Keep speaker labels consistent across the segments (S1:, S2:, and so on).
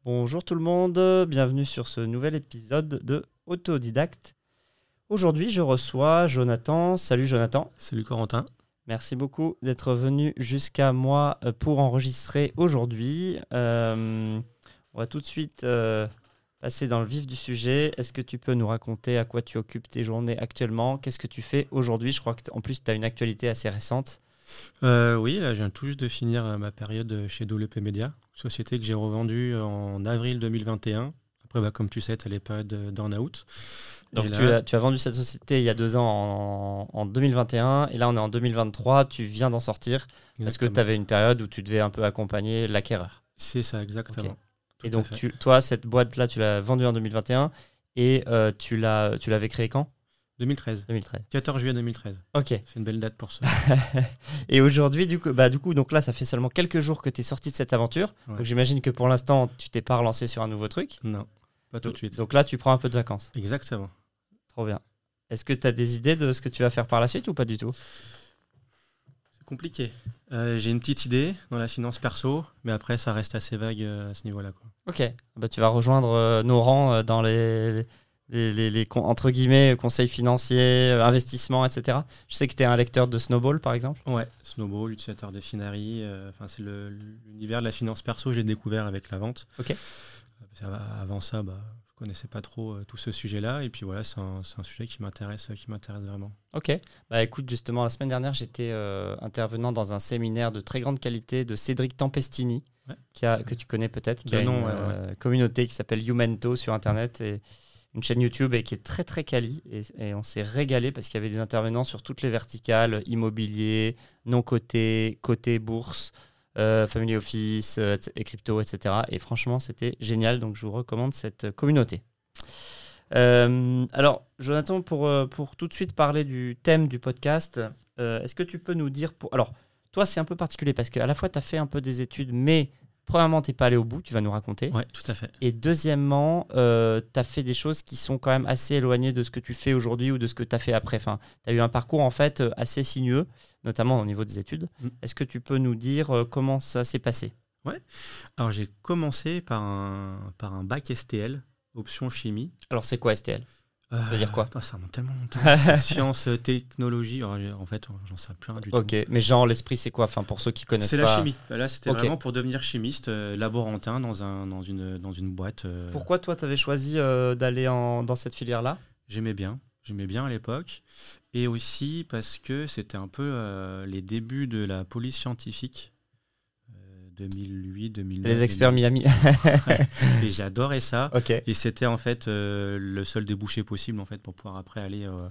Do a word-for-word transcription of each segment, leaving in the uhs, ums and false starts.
S1: Bonjour tout le monde, bienvenue sur ce nouvel épisode de Autodidacte. Aujourd'hui, je reçois Jonathan. Salut Jonathan.
S2: Salut Corentin.
S1: Merci beaucoup d'être venu jusqu'à moi pour enregistrer aujourd'hui. Euh, on va tout de suite euh, passer dans le vif du sujet. Est-ce que tu peux nous raconter à quoi tu occupes tes journées actuellement ? Qu'est-ce que tu fais aujourd'hui ? Je crois qu'en plus, tu as une actualité assez récente.
S2: Euh, oui, là, je viens tout juste de finir ma période chez W P Media, société que j'ai revendue en avril deux mille vingt et un. Après, bah, comme tu sais, tu as les périodes d'earn-out.
S1: Donc
S2: là,
S1: tu, as, tu as vendu cette société il y a deux ans en, en deux mille vingt et un et là on est en deux mille vingt-trois, tu viens d'en sortir exactement. Parce que tu avais une période où tu devais un peu accompagner l'acquéreur.
S2: C'est ça, exactement.
S1: Okay. Et donc tu, toi, cette boîte-là, tu l'as vendue en deux mille vingt et un et euh, tu, l'as, tu l'avais créée quand ?
S2: deux mille treize.
S1: deux mille treize.
S2: quatorze juillet deux mille treize.
S1: Ok.
S2: C'est une belle date pour ça.
S1: Et aujourd'hui, du coup, bah, du coup, donc là, ça fait seulement quelques jours que tu es sorti de cette aventure. Ouais. Donc j'imagine que pour l'instant, tu t'es pas relancé sur un nouveau truc.
S2: Non, pas tout de suite.
S1: Donc là, tu prends un peu de vacances.
S2: Exactement.
S1: Trop bien. Est-ce que tu as des idées de ce que tu vas faire par la suite ou pas du tout ?
S2: C'est compliqué. Euh, j'ai une petite idée dans la finance perso, mais après, ça reste assez vague euh, à ce niveau-là, quoi.
S1: Ok. Bah, tu vas rejoindre euh, nos rangs euh, dans les... Les, les, les entre guillemets conseils financiers, euh, investissements, et cetera. Je sais que tu es un lecteur de Snowball, par exemple.
S2: Ouais, Snowball, utilisateur de Finari. Euh, c'est le, l'univers de la finance perso, j'ai découvert avec la vente.
S1: Ok.
S2: Euh, avant ça, bah, je connaissais pas trop euh, tout ce sujet-là. Et puis voilà, c'est un, c'est un sujet qui m'intéresse, qui m'intéresse vraiment.
S1: Ok. Bah écoute, justement, la semaine dernière, j'étais euh, intervenant dans un séminaire de très grande qualité de Cédric Tempestini, ouais. qui a, que tu connais peut-être, qui de a nom, une ouais, euh, ouais. communauté qui s'appelle Youmento sur Internet et une chaîne YouTube et qui est très très quali et, et on s'est régalé parce qu'il y avait des intervenants sur toutes les verticales, immobilier, non coté, coté bourse, euh, family office euh, et crypto, et cetera. Et franchement, c'était génial, donc je vous recommande cette communauté. Euh, alors, Jonathan, pour, pour tout de suite parler du thème du podcast, euh, est-ce que tu peux nous dire... Pour... Alors, toi, c'est un peu particulier parce qu'à la fois, tu as fait un peu des études, mais... Premièrement, tu n'es pas allé au bout, tu vas nous raconter.
S2: Oui, tout à fait.
S1: Et deuxièmement, euh, tu as fait des choses qui sont quand même assez éloignées de ce que tu fais aujourd'hui ou de ce que tu as fait après. Enfin, tu as eu un parcours en fait assez sinueux, notamment au niveau des études. Mmh. Est-ce que tu peux nous dire euh, comment ça s'est passé ?
S2: Ouais. Alors, j'ai commencé par un, par un bac S T L, option chimie.
S1: Alors, c'est quoi S T L ? Ça veut dire quoi ?
S2: Attends, ça remonte tellement longtemps. Sciences, technologie. En fait, j'en sais plus rien du tout.
S1: Ok, mais genre, l'esprit, c'est quoi ? Enfin, pour ceux qui connaissent
S2: c'est
S1: pas.
S2: C'est la chimie. Là, c'était
S1: okay.
S2: vraiment pour devenir chimiste, euh, laborantin dans, un, dans, une, dans une boîte. Euh...
S1: Pourquoi toi, tu avais choisi euh, d'aller en, dans cette filière-là ?
S2: J'aimais bien. J'aimais bien à l'époque. Et aussi parce que c'était un peu euh, les débuts de la police scientifique. deux mille huit deux mille neuf.
S1: Les experts
S2: deux mille...
S1: Miami.
S2: Ouais. Et j'adorais ça.
S1: Okay.
S2: Et c'était en fait euh, le seul débouché possible en fait, pour pouvoir après aller euh,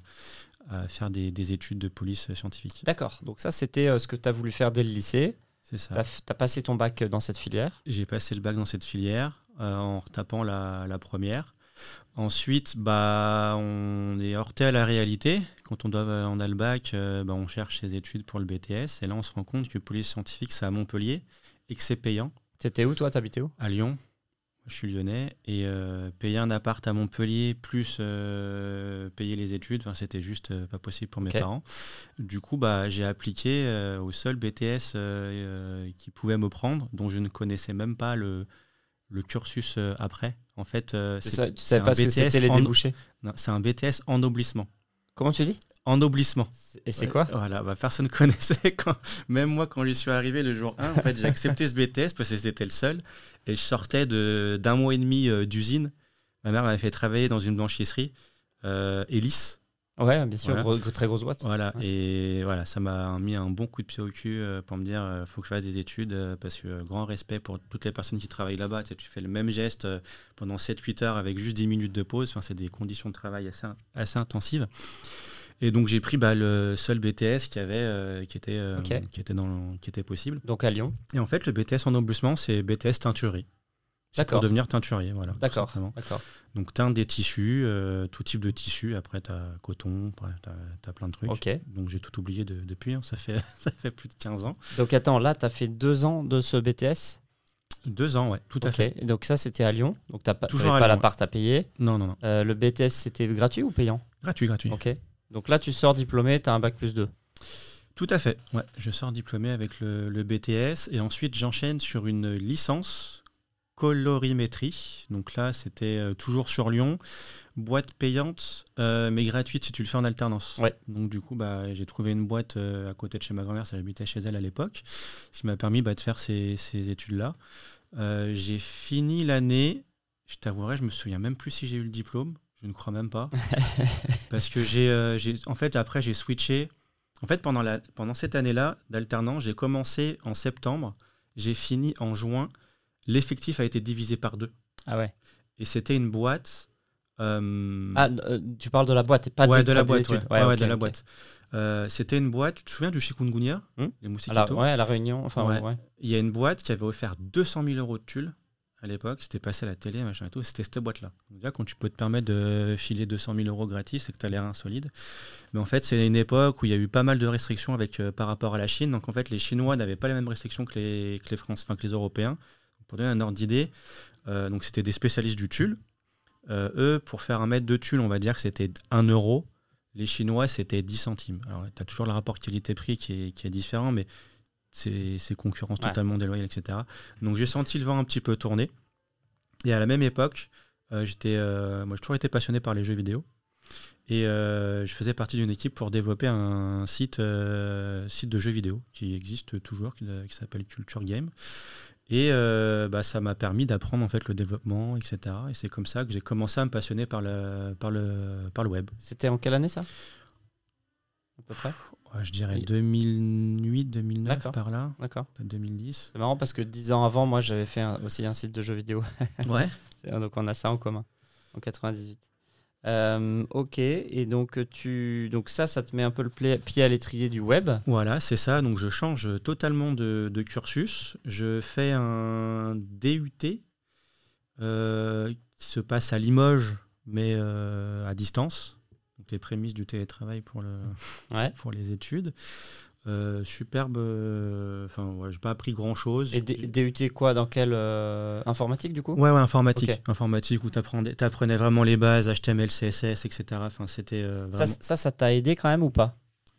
S2: à faire des, des études de police scientifique.
S1: D'accord. Donc ça, c'était euh, ce que tu as voulu faire dès le lycée.
S2: C'est ça.
S1: Tu as passé ton bac dans cette filière ?
S2: J'ai passé le bac dans cette filière euh, en retapant la, la première. Ensuite, bah, on est heurté à la réalité. Quand on, doit, on a le bac, euh, bah, on cherche ses études pour le B T S. Et là, on se rend compte que police scientifique, c'est à Montpellier. Et que c'est payant.
S1: T'étais où toi ? T'habitais où ?
S2: À Lyon. Je suis lyonnais. Et euh, payer un appart à Montpellier plus euh, payer les études, c'était juste euh, pas possible pour mes okay. parents. Du coup, bah, j'ai appliqué euh, au seul B T S euh, qui pouvait me prendre, dont je ne connaissais même pas le, le cursus euh, après. En fait, euh,
S1: c'est, ça, tu savais pas ce que c'était les débouchés ?
S2: Non, c'est un B T S ennoblissement.
S1: Comment tu dis ?
S2: Ennoblissement.
S1: Et c'est quoi ?
S2: Voilà, bah, personne ne connaissait. Quand... Même moi, quand j'y suis arrivé le jour un, en fait, j'ai accepté ce B T S parce que c'était le seul. Et je sortais de, d'un mois et demi euh, d'usine. Ma mère m'avait fait travailler dans une blanchisserie, euh, Elis.
S1: Ouais, bien sûr,
S2: voilà.
S1: gros, très grosse boîte.
S2: Voilà,
S1: ouais.
S2: Et voilà, ça m'a mis un bon coup de pied au cul euh, pour me dire il euh, faut que je fasse des études euh, parce que euh, grand respect pour toutes les personnes qui travaillent là-bas. Tu sais, tu fais le même geste euh, pendant sept huit heures avec juste dix minutes de pause. Enfin, c'est des conditions de travail assez, assez intensives. Et donc j'ai pris bah, le seul B T S qui avait, euh, qui était, euh,
S1: okay.
S2: qui était dans le, qui était possible.
S1: Donc à Lyon.
S2: Et en fait le B T S ennoblissement c'est B T S teinturerie. C'est
S1: D'accord.
S2: Pour devenir teinturier, voilà.
S1: D'accord. D'accord.
S2: Donc teindre des tissus, euh, tout type de tissus. Après t'as coton, t'as, as plein de trucs.
S1: Okay.
S2: Donc j'ai tout oublié de, depuis. Hein. Ça fait ça fait plus de quinze ans.
S1: Donc attends, là t'as fait deux ans de ce B T S.
S2: Deux ans, ouais, tout à
S1: okay.
S2: fait.
S1: Et donc ça c'était à Lyon. Donc t'as pas,
S2: Toujours à
S1: pas
S2: Lyon,
S1: l'appart à payer.
S2: Non non non.
S1: Euh, le B T S c'était gratuit ou payant ?
S2: Gratuit, gratuit.
S1: Ok. Donc là, tu sors diplômé, tu as un bac plus deux.
S2: Tout à fait. Ouais, je sors diplômé avec le, le B T S et ensuite j'enchaîne sur une licence colorimétrie. Donc là, c'était euh, toujours sur Lyon. Boîte payante, euh, mais gratuite si tu le fais en alternance.
S1: Ouais.
S2: Donc du coup, bah, j'ai trouvé une boîte euh, à côté de chez ma grand-mère, ça j'habitais chez elle à l'époque, ce qui m'a permis bah, de faire ces, ces études-là. Euh, j'ai fini l'année, je t'avouerai, je me souviens même plus si j'ai eu le diplôme, je ne crois même pas. Parce que j'ai, euh, j'ai, en fait, après, j'ai switché. En fait, pendant, la, pendant cette année-là d'alternance, j'ai commencé en septembre, j'ai fini en juin. L'effectif a été divisé par deux.
S1: Ah ouais.
S2: Et c'était une boîte. Euh...
S1: Ah, euh, tu parles de la boîte et pas
S2: ouais,
S1: de,
S2: de la
S1: pas
S2: boîte.
S1: des
S2: Ouais,
S1: études.
S2: ouais,
S1: Ouais,
S2: ouais
S1: okay,
S2: de la
S1: okay.
S2: boîte. Euh, c'était une boîte. Tu te souviens du chikungunya,
S1: hmm
S2: les moustiques
S1: à la, ouais, à la Réunion. Enfin,
S2: ouais.
S1: ouais.
S2: Il y a une boîte qui avait offert deux cent mille euros de tulle à l'époque. C'était passé à la télé, machin et tout. C'était cette boîte-là. Donc là, quand tu peux te permettre de filer deux cent mille euros gratis, c'est que tu as l'air insolide. Mais en fait, c'est une époque où il y a eu pas mal de restrictions avec, euh, par rapport à la Chine. Donc en fait, les Chinois n'avaient pas les mêmes restrictions que les, que les Français, enfin que les Européens. Pour donner un ordre d'idée, euh, donc c'était des spécialistes du tulle. Euh, eux, pour faire un mètre de tulle, on va dire que c'était un euro. Les Chinois, c'était dix centimes. Alors, tu as toujours le rapport qualité-prix qui est, qui est différent, mais c'est, c'est concurrence ouais. totalement déloyale, et cetera. Donc, j'ai senti le vent un petit peu tourner. Et à la même époque, euh, j'étais, euh, moi, j'ai toujours été passionné par les jeux vidéo. Et euh, je faisais partie d'une équipe pour développer un site, euh, site de jeux vidéo qui existe toujours, qui, qui s'appelle Culture Game. Et euh, bah, ça m'a permis d'apprendre en fait, le développement, et cetera. Et c'est comme ça que j'ai commencé à me passionner par le, par le, par le web.
S1: C'était en quelle année ça ? À peu près ?
S2: Ouais, je dirais deux mille huit, deux mille neuf,
S1: D'accord.
S2: par là.
S1: D'accord.
S2: Peut-être deux mille dix.
S1: C'est marrant parce que dix ans avant, moi j'avais fait un, aussi un site de jeux vidéo.
S2: Ouais.
S1: Donc on a ça en commun, en quatre-vingt-dix-huit. Euh, ok, et donc, tu, donc ça, ça te met un peu le pied à l'étrier du web.
S2: Voilà, c'est ça. Donc je change totalement de, de cursus. Je fais un D U T euh, qui se passe à Limoges, mais euh, à distance. Donc les prémices du télétravail pour, le,
S1: ouais.
S2: pour les études. Euh, superbe. Enfin, euh, ouais, j'ai pas appris grand chose.
S1: Et D- DUT quoi ? Dans quelle euh, informatique du coup ?
S2: Ouais, ouais, informatique.
S1: Okay.
S2: Informatique où tu apprenais vraiment les bases, H T M L, C S S, et cetera. Enfin, c'était euh, vraiment...
S1: ça, ça, ça t'a aidé quand même ou pas ?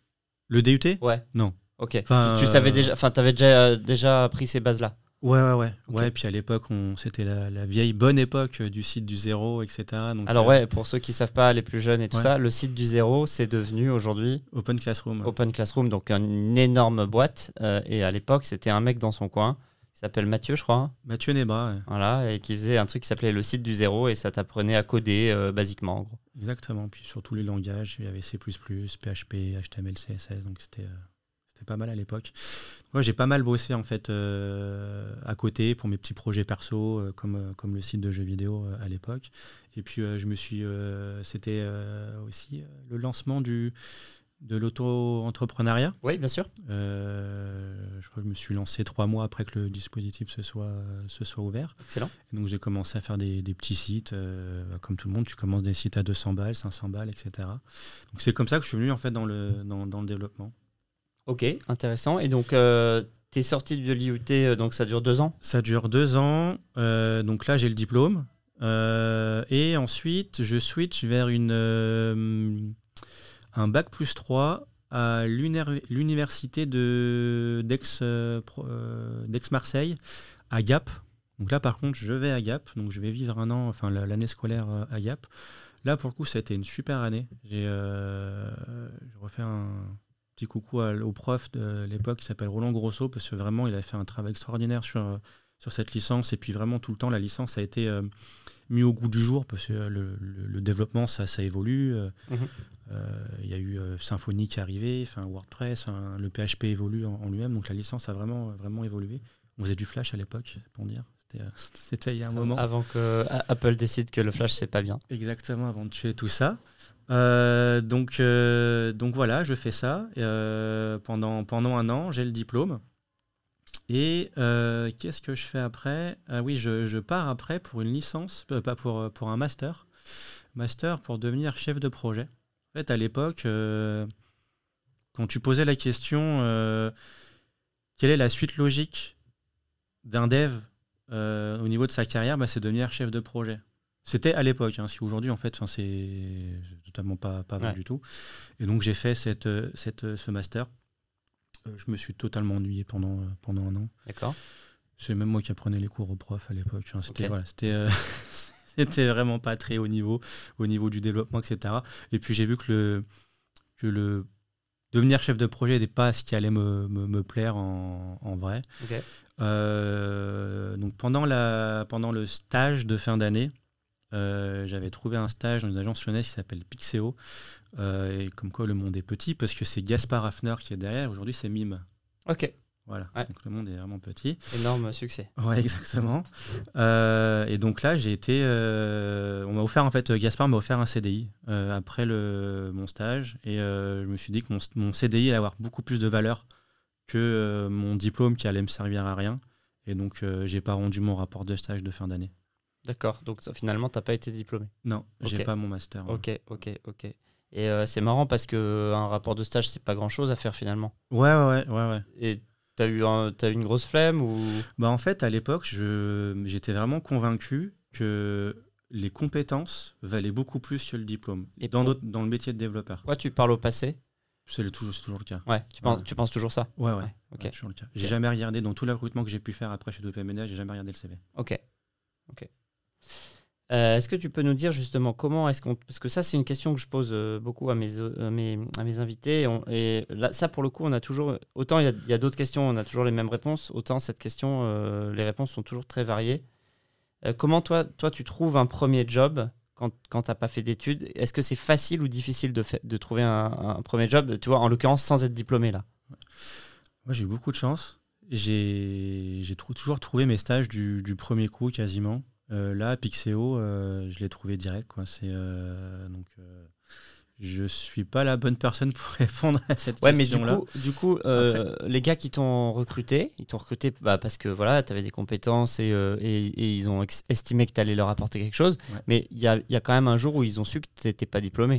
S2: Le D U T ?
S1: Ouais.
S2: Non.
S1: Ok. Enfin, tu, tu savais déjà. Enfin, t'avais déjà euh, déjà appris ces bases là.
S2: Ouais, ouais, ouais.
S1: Okay.
S2: Ouais, puis à l'époque, on, c'était la, la vieille bonne époque du site du zéro, et cetera. Donc,
S1: Alors
S2: euh,
S1: ouais, pour ceux qui savent pas, les plus jeunes et tout
S2: ouais.
S1: ça, le site du zéro, c'est devenu aujourd'hui
S2: Open Classroom.
S1: Open Classroom, donc une énorme boîte. Euh, et à l'époque, c'était un mec dans son coin, qui s'appelle Mathieu, je crois.
S2: Mathieu Nebra, ouais.
S1: Voilà, et qui faisait un truc qui s'appelait le site du zéro, et ça t'apprenait à coder euh, basiquement, en gros.
S2: Exactement. Puis sur tous les langages, il y avait C plus plus, P H P, H T M L, C S S, donc c'était... Euh... C'était pas mal à l'époque. Ouais, j'ai pas mal bossé en fait euh, à côté pour mes petits projets perso, euh, comme, euh, comme le site de jeux vidéo euh, à l'époque. Et puis euh, je me suis, euh, c'était euh, aussi euh, le lancement du de l'auto-entrepreneuriat.
S1: Oui, bien sûr.
S2: Euh, je crois que je me suis lancé trois mois après que le dispositif se soit se soit ouvert.
S1: Excellent.
S2: Et donc j'ai commencé à faire des, des petits sites, euh, comme tout le monde. Tu commences des sites à deux cents balles, cinq cents balles, et cetera. Donc c'est comme ça que je suis venu en fait dans le dans, dans le développement.
S1: Ok, intéressant. Et donc, euh, tu es sorti de l'I U T, donc ça dure deux ans ?
S2: Ça dure deux ans. Euh, donc là, j'ai le diplôme. Euh, et ensuite, je switch vers une, euh, un bac plus trois à l'université de, d'Aix, euh, d'Aix-Marseille, à Gap. Donc là, par contre, je vais à Gap. Donc je vais vivre un an, enfin l'année scolaire à Gap. Là, pour le coup, ça a été une super année. J'ai, euh, j'ai refait un... petit coucou au prof de l'époque qui s'appelle Roland Grosso, parce que vraiment il a fait un travail extraordinaire sur, sur cette licence, et puis vraiment tout le temps la licence a été euh, mise au goût du jour, parce que le, le, le développement ça, ça évolue. Il euh, mm-hmm. euh, y a eu euh, Symfony qui est arrivé, enfin, WordPress, hein, le P H P évolue en, en lui-même, donc la licence a vraiment, vraiment évolué. On faisait du Flash à l'époque, pour dire. C'était, euh, c'était il y a un moment.
S1: Avant que Apple décide que le Flash c'est pas bien.
S2: Exactement, avant de tuer tout ça. Euh, donc, euh, donc voilà, je fais ça euh, pendant, pendant un an, j'ai le diplôme. Et euh, qu'est-ce que je fais après ? Ah oui, je, je pars après pour une licence, euh, pas pour, pour un master. Master pour devenir chef de projet. En fait, à l'époque, euh, quand tu posais la question euh, quelle est la suite logique d'un dev euh, au niveau de sa carrière, bah, c'est devenir chef de projet. C'était à l'époque, hein, si aujourd'hui, en fait, c'est totalement pas, pas vrai ouais. du tout. Et donc, j'ai fait cette, cette, ce master. Je me suis totalement ennuyé pendant, pendant un an.
S1: D'accord.
S2: C'est même moi qui apprenais les cours aux profs à l'époque. Enfin, c'était, okay. voilà, c'était, euh, c'était vraiment pas très haut niveau, au niveau du développement, et cetera. Et puis j'ai vu que le, que le devenir chef de projet n'était pas ce qui allait me, me, me plaire en, en vrai.
S1: Okay.
S2: Euh, donc pendant, la, pendant le stage de fin d'année, euh, j'avais trouvé un stage dans une agence lyonnaise qui s'appelle Pixéo. Euh, et comme quoi le monde est petit, parce que c'est Gaspard Hafner qui est derrière. Aujourd'hui, c'est Mime.
S1: Ok.
S2: Voilà,
S1: ouais.
S2: Donc le monde est vraiment petit.
S1: Énorme succès.
S2: Ouais, exactement. euh, et donc là, j'ai été. Euh, on m'a offert, en fait, Gaspard m'a offert un C D I euh, après le, mon stage. Et euh, je me suis dit que mon, mon C D I allait avoir beaucoup plus de valeur que euh, mon diplôme qui allait me servir à rien. Et donc, euh, j'ai pas rendu mon rapport de stage de fin d'année.
S1: D'accord. Donc ça, finalement, tu n'as pas été diplômé.
S2: Non, okay. j'ai pas mon master.
S1: Ok, ouais. ok, ok. Et euh, c'est marrant parce qu'un rapport de stage, c'est pas grand-chose à faire finalement.
S2: Ouais, ouais, ouais. ouais, ouais.
S1: Et T'as eu, un, t'as eu une grosse flemme ou...
S2: Bah en fait, à l'époque, je, j'étais vraiment convaincu que les compétences valaient beaucoup plus que le diplôme Et dans, pour... dans le métier de développeur.
S1: Pourquoi tu parles au passé ?
S2: C'est, le, toujours, c'est toujours le cas.
S1: Ouais, tu, ouais. Penses, tu penses toujours ça ?
S2: Ouais, ouais.
S1: ouais, okay.
S2: ouais toujours le cas. J'ai okay. jamais regardé, dans tout le recrutement que j'ai pu faire après chez W P M D, j'ai jamais regardé le C V.
S1: Ok. Ok. Euh, est-ce que tu peux nous dire justement comment est-ce qu'on... Parce que ça, c'est une question que je pose euh, beaucoup à mes, euh, mes, à mes invités. Et, on, et là, ça, pour le coup, on a toujours... Autant il y, y a d'autres questions, on a toujours les mêmes réponses. Autant cette question, euh, les réponses sont toujours très variées. Euh, comment toi, toi, tu trouves un premier job quand, quand tu n'as pas fait d'études ? Est-ce que c'est facile ou difficile de, fa- de trouver un, un premier job, tu vois, en l'occurrence, sans être diplômé là ?
S2: Moi, j'ai eu beaucoup de chance. J'ai, j'ai trou- toujours trouvé mes stages du, du premier coup, quasiment. Euh, là, Pixéo, euh, je l'ai trouvé direct. Quoi. C'est, euh, donc, euh, je ne suis pas la bonne personne pour répondre à cette
S1: ouais,
S2: question-là.
S1: Mais du coup, du coup euh, les gars qui t'ont recruté, ils t'ont recruté bah, parce que voilà, tu avais des compétences et, euh, et, et ils ont ex- estimé que tu allais leur apporter quelque chose. Ouais. Mais il y a, y a quand même un jour où ils ont su que tu n'étais pas diplômé.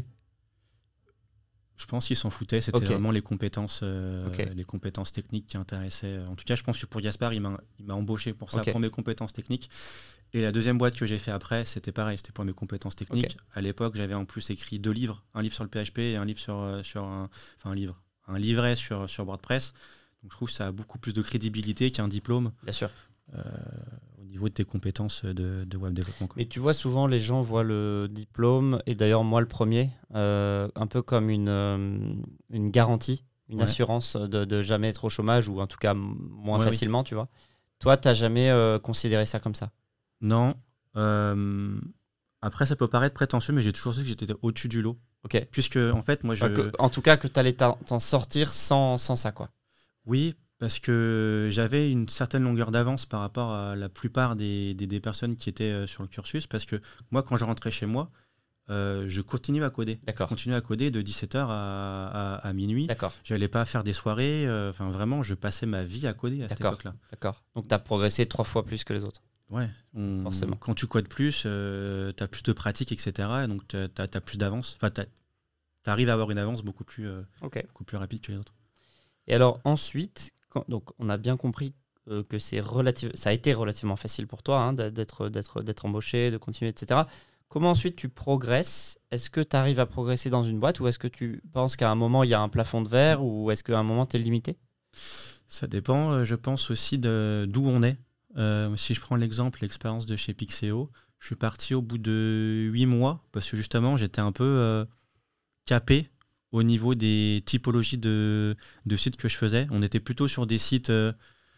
S2: Je pense qu'ils s'en foutaient, c'était okay. vraiment les compétences, euh,
S1: okay.
S2: les compétences techniques qui intéressaient. En tout cas, je pense que pour Gaspard, il m'a, il m'a embauché pour ça, okay. pour mes compétences techniques. Et la deuxième boîte que j'ai fait après, c'était pareil, c'était pour mes compétences techniques. Okay. À l'époque, j'avais en plus écrit deux livres, un livre sur le P H P et un livre sur, sur un, enfin un livre, un livret sur, sur WordPress. Donc je trouve que ça a beaucoup plus de crédibilité qu'un diplôme.
S1: Bien sûr.
S2: Euh, au niveau de tes compétences de, de web développement.
S1: Mais tu vois, souvent les gens voient le diplôme, et d'ailleurs moi le premier, euh, un peu comme une, euh, une garantie, une ouais. assurance de, de jamais être au chômage, ou en tout cas moins ouais, facilement, oui. tu vois. Toi, tu n'as jamais euh, considéré ça comme ça ?
S2: Non. Euh, après, ça peut paraître prétentieux, mais j'ai toujours su que j'étais au-dessus du lot.
S1: Ok.
S2: Puisque, en fait, moi, je...
S1: Enfin, que, en tout cas, que tu allais t'en sortir sans, sans ça, quoi.
S2: Oui, parce que j'avais une certaine longueur d'avance par rapport à la plupart des, des, des personnes qui étaient sur le cursus, parce que moi, quand je rentrais chez moi, euh, je continuais à coder.
S1: D'accord.
S2: Je continuais à coder de dix-sept heures à, à, à minuit.
S1: D'accord.
S2: Je n'allais pas faire des soirées. Enfin, euh, vraiment, je passais ma vie à coder à
S1: D'accord.
S2: cette époque-là.
S1: D'accord. Donc, tu as progressé trois fois plus que les autres.
S2: Ouais, on,
S1: forcément.
S2: Quand tu codes plus, euh, tu as plus de pratique, et cetera. Et donc, tu as plus d'avance. Enfin, tu arrives à avoir une avance beaucoup plus, euh,
S1: okay.
S2: beaucoup plus rapide que les autres.
S1: Et alors, ensuite... Donc, on a bien compris euh, que c'est relative, ça a été relativement facile pour toi hein, d'être, d'être, d'être embauché, de continuer, et cetera. Comment ensuite tu progresses ? Est-ce que tu arrives à progresser dans une boîte ou est-ce que tu penses qu'à un moment, il y a un plafond de verre ou est-ce qu'à un moment, tu es limité ?
S2: Ça dépend, je pense aussi de, d'où on est. Euh, si je prends l'exemple, l'expérience de chez Pixéo, je suis parti au bout de huit mois parce que justement, j'étais un peu euh, capé au niveau des typologies de, de sites que je faisais. On était plutôt sur des sites, euh,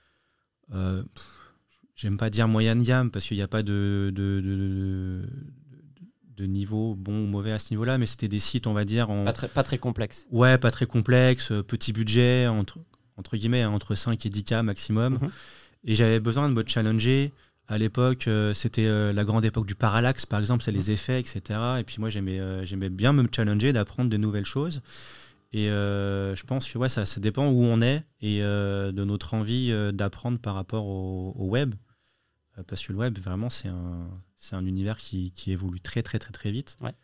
S2: euh, j'aime pas dire moyenne gamme, parce qu'il n'y a pas de, de, de, de, de niveau bon ou mauvais à ce niveau-là, mais c'était des sites, on va dire... En...
S1: Pas, très, pas très complexes.
S2: Ouais, pas très complexes, petit budget, entre, entre guillemets, entre cinq et dix K maximum. Mm-hmm. Et j'avais besoin de me challenger. À l'époque, euh, c'était euh, la grande époque du parallaxe, par exemple, c'est les effets, et cetera. Et puis moi, j'aimais, euh, j'aimais bien me challenger, d'apprendre de nouvelles choses. Et euh, je pense que ouais, ça, ça dépend où on est et euh, de notre envie euh, d'apprendre par rapport au, au web. Euh, parce que le web, vraiment, c'est un, c'est un univers qui, qui évolue très, très, très, très vite.
S1: Ouais.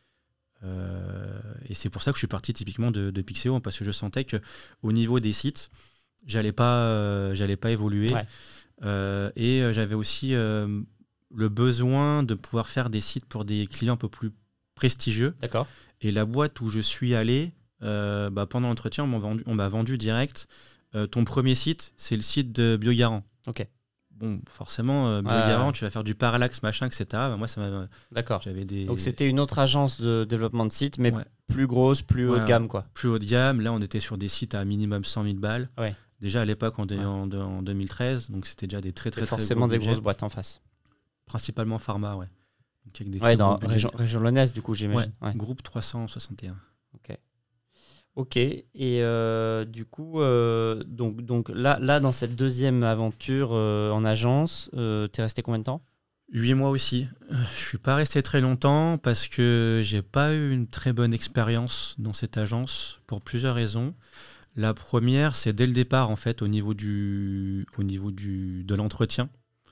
S2: Euh, et c'est pour ça que je suis parti typiquement de, de Pixéo, parce que je sentais qu'au niveau des sites, j'allais pas, euh, j'allais pas évoluer.
S1: Ouais.
S2: Euh, et euh, j'avais aussi euh, le besoin de pouvoir faire des sites pour des clients un peu plus prestigieux.
S1: D'accord.
S2: Et la boîte où je suis allé, euh, bah, pendant l'entretien, on m'a vendu, on m'a vendu direct euh, ton premier site, c'est le site de Biogarant.
S1: Ok.
S2: bon, forcément, euh, Biogarant, ouais. tu vas faire du parallaxe, machin, et cetera. Bah, moi, ça m'a.
S1: D'accord.
S2: J'avais des...
S1: Donc, c'était une autre agence de développement de sites, mais ouais. plus grosse, plus ouais, haut de gamme, quoi.
S2: Plus haut de gamme. Là, on était sur des sites à minimum cent mille balles.
S1: Ouais.
S2: Déjà, à l'époque, en, ouais. en, en deux mille treize, donc c'était déjà des très, très, très
S1: forcément
S2: très
S1: des grosses boîtes en face.
S2: Principalement pharma, ouais. Donc, avec des
S1: ouais, dans région, région lyonnaise, du coup, j'imagine.
S2: Ouais. Ouais. Groupe trois cent soixante et un.
S1: Ok. Ok. Et euh, du coup, euh, donc, donc là, là, dans cette deuxième aventure euh, en agence, euh, t'es resté combien de temps ?
S2: Huit mois aussi. Je suis pas resté très longtemps parce que j'ai pas eu une très bonne expérience dans cette agence pour plusieurs raisons. La première, c'est dès le départ, en fait, au niveau, du, au niveau du, de l'entretien.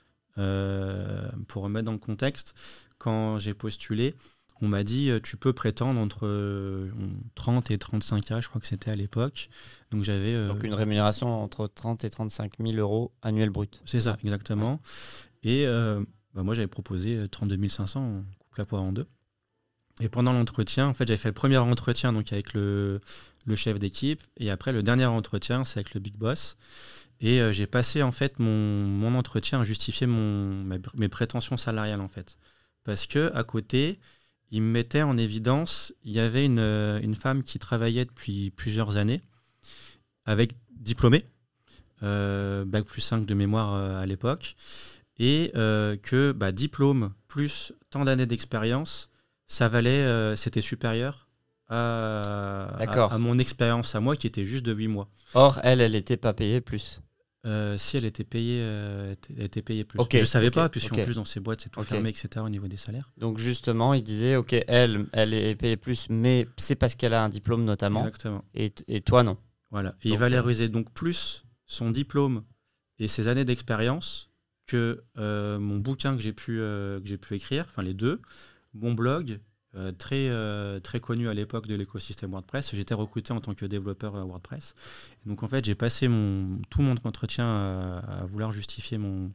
S2: Euh, pour remettre dans le contexte, quand j'ai postulé, on m'a dit tu peux prétendre entre trente et trente-cinq K, je crois que c'était à l'époque. Donc j'avais euh...
S1: donc une rémunération entre trente et trente-cinq mille euros annuel brut.
S2: C'est ça, exactement. Ouais. Et euh, bah moi j'avais proposé trente-deux mille cinq cents, on coupe la poire en deux. Et pendant l'entretien, en fait, j'avais fait le premier entretien donc avec le, le chef d'équipe, et après le dernier entretien, c'est avec le big boss. Et euh, j'ai passé en fait mon, mon entretien à justifier mon, mes, mes prétentions salariales en fait, parce que à côté, il me mettait en évidence, il y avait une, une femme qui travaillait depuis plusieurs années, avec diplômée, euh, bac plus cinq de mémoire euh, à l'époque, et euh, que bah, diplôme plus tant d'années d'expérience, ça valait, euh, c'était supérieur à, à, à mon expérience à moi qui était juste de huit mois.
S1: Or, elle, elle n'était pas payée plus.
S2: Euh, si elle était payée, euh, elle était payée plus. Okay, je ne savais okay, pas, puisqu'en okay. plus dans ces boîtes c'est tout okay. fermé, et cetera au niveau des salaires.
S1: Donc justement, il disait, ok, elle, elle est payée plus, mais c'est parce qu'elle a un diplôme notamment.
S2: Exactement.
S1: Et, et toi non.
S2: Voilà. Et donc, il valorisait donc plus son diplôme et ses années d'expérience que euh, mon bouquin que j'ai pu euh, que j'ai pu écrire, enfin les deux, mon blog. Euh, très, euh, très connu à l'époque de l'écosystème WordPress. J'étais recruté en tant que développeur euh, WordPress. Et donc en fait, j'ai passé mon, tout mon entretien à, à vouloir justifier mon,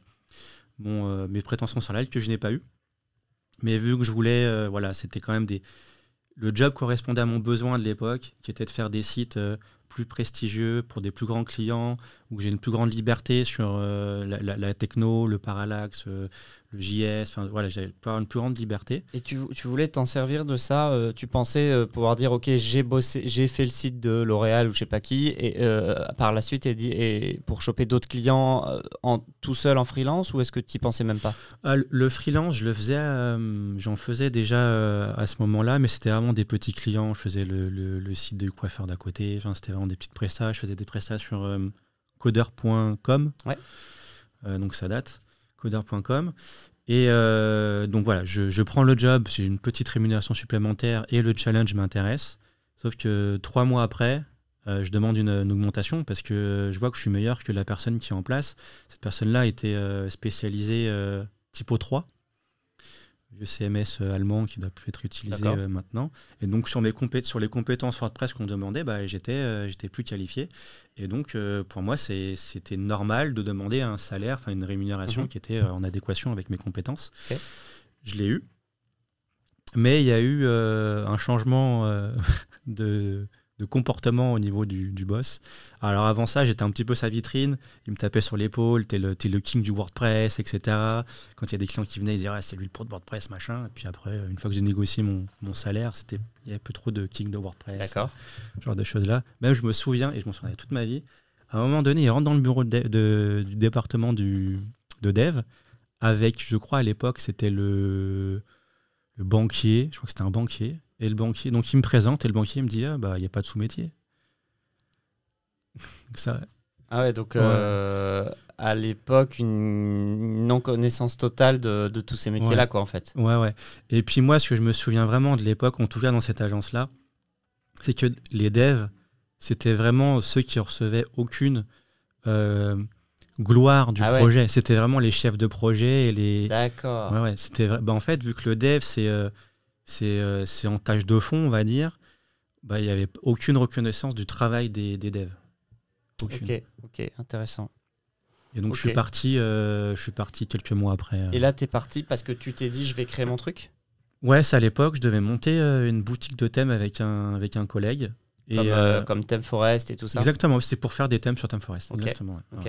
S2: mon, euh, mes prétentions salariales que je n'ai pas eues. Mais vu que je voulais, euh, voilà, c'était quand même des... Le job correspondait à mon besoin de l'époque, qui était de faire des sites euh, plus prestigieux pour des plus grands clients, où j'ai une plus grande liberté sur euh, la, la, la techno, le parallaxe, euh, le J S, enfin voilà, j'avais une plus grande liberté.
S1: Et tu, tu voulais t'en servir de ça, euh, tu pensais euh, pouvoir dire ok, j'ai bossé, j'ai fait le site de L'Oréal ou je sais pas qui, et euh, par la suite et, et pour choper d'autres clients euh, en tout seul en freelance, ou est-ce que tu y pensais même pas?
S2: Ah, le freelance, je le faisais, euh, j'en faisais déjà euh, à ce moment-là, mais c'était vraiment des petits clients. Je faisais le, le, le site de coiffeur d'à côté, enfin, c'était vraiment des petites prestats. Je faisais des prestats sur euh, codeur point com,
S1: ouais.
S2: euh, donc ça date. codeur point com. Et euh, donc voilà, je, je prends le job, j'ai une petite rémunération supplémentaire et le challenge m'intéresse. Sauf que trois mois après, euh, je demande une, une augmentation parce que je vois que je suis meilleur que la personne qui est en place. Cette personne-là était euh, spécialisée euh, typo trois, vieux C M S euh, allemand qui ne doit plus être utilisé euh, maintenant. Et donc sur, mes compé- sur les compétences WordPress qu'on demandait, bah, j'étais, euh, j'étais plus qualifié. Et donc euh, pour moi, c'est, c'était normal de demander un salaire, enfin une rémunération mmh. qui était euh, en adéquation avec mes compétences. Okay. Je l'ai eu. Mais il y a eu euh, un changement euh, de... de comportement au niveau du, du boss. Alors avant ça, j'étais un petit peu sa vitrine, il me tapait sur l'épaule, t'es le, t'es le king du WordPress, et cetera. Quand il y a des clients qui venaient, ils disaient ah, c'est lui le pro de WordPress, machin. Et puis après, une fois que j'ai négocié mon, mon salaire, c'était, il n'y avait plus trop de king de WordPress.
S1: D'accord.
S2: Ce genre de choses-là. Même je me souviens, et je m'en souviens toute ma vie, à un moment donné, il rentre dans le bureau de, de, du département du, de dev, avec, je crois à l'époque, c'était le, le banquier, je crois que c'était un banquier. Et le banquier, donc il me présente et le banquier me dit ah bah il y a pas de sous-métier. Ça.
S1: Ah ouais, donc ouais. Euh, à l'époque une non connaissance totale de, de tous ces métiers-là,
S2: ouais.
S1: quoi, en fait.
S2: Ouais ouais. Et puis moi, ce que je me souviens vraiment de l'époque, en tout cas dans cette agence-là, c'est que les devs, c'était vraiment ceux qui recevaient aucune euh, gloire du ah projet. Ouais. C'était vraiment les chefs de projet et les.
S1: D'accord.
S2: Ouais ouais. C'était bah, en fait vu que le dev c'est euh, C'est, euh, c'est en tâche de fond, on va dire, bah, il n'y avait aucune reconnaissance du travail des, des devs. Aucune.
S1: Ok, ok, intéressant.
S2: Et donc,
S1: okay.
S2: je, suis parti, euh, je suis parti quelques mois après.
S1: Et là, tu es parti parce que tu t'es dit, je vais créer mon truc ?
S2: Ouais, c'est à l'époque, je devais monter euh, une boutique de thèmes avec un, avec un collègue.
S1: Comme, et, euh, comme ThemeForest et tout ça ?
S2: Exactement, c'est pour faire des thèmes sur ThemeForest.
S1: Okay.
S2: Exactement. Ouais.
S1: Okay.
S2: Ouais.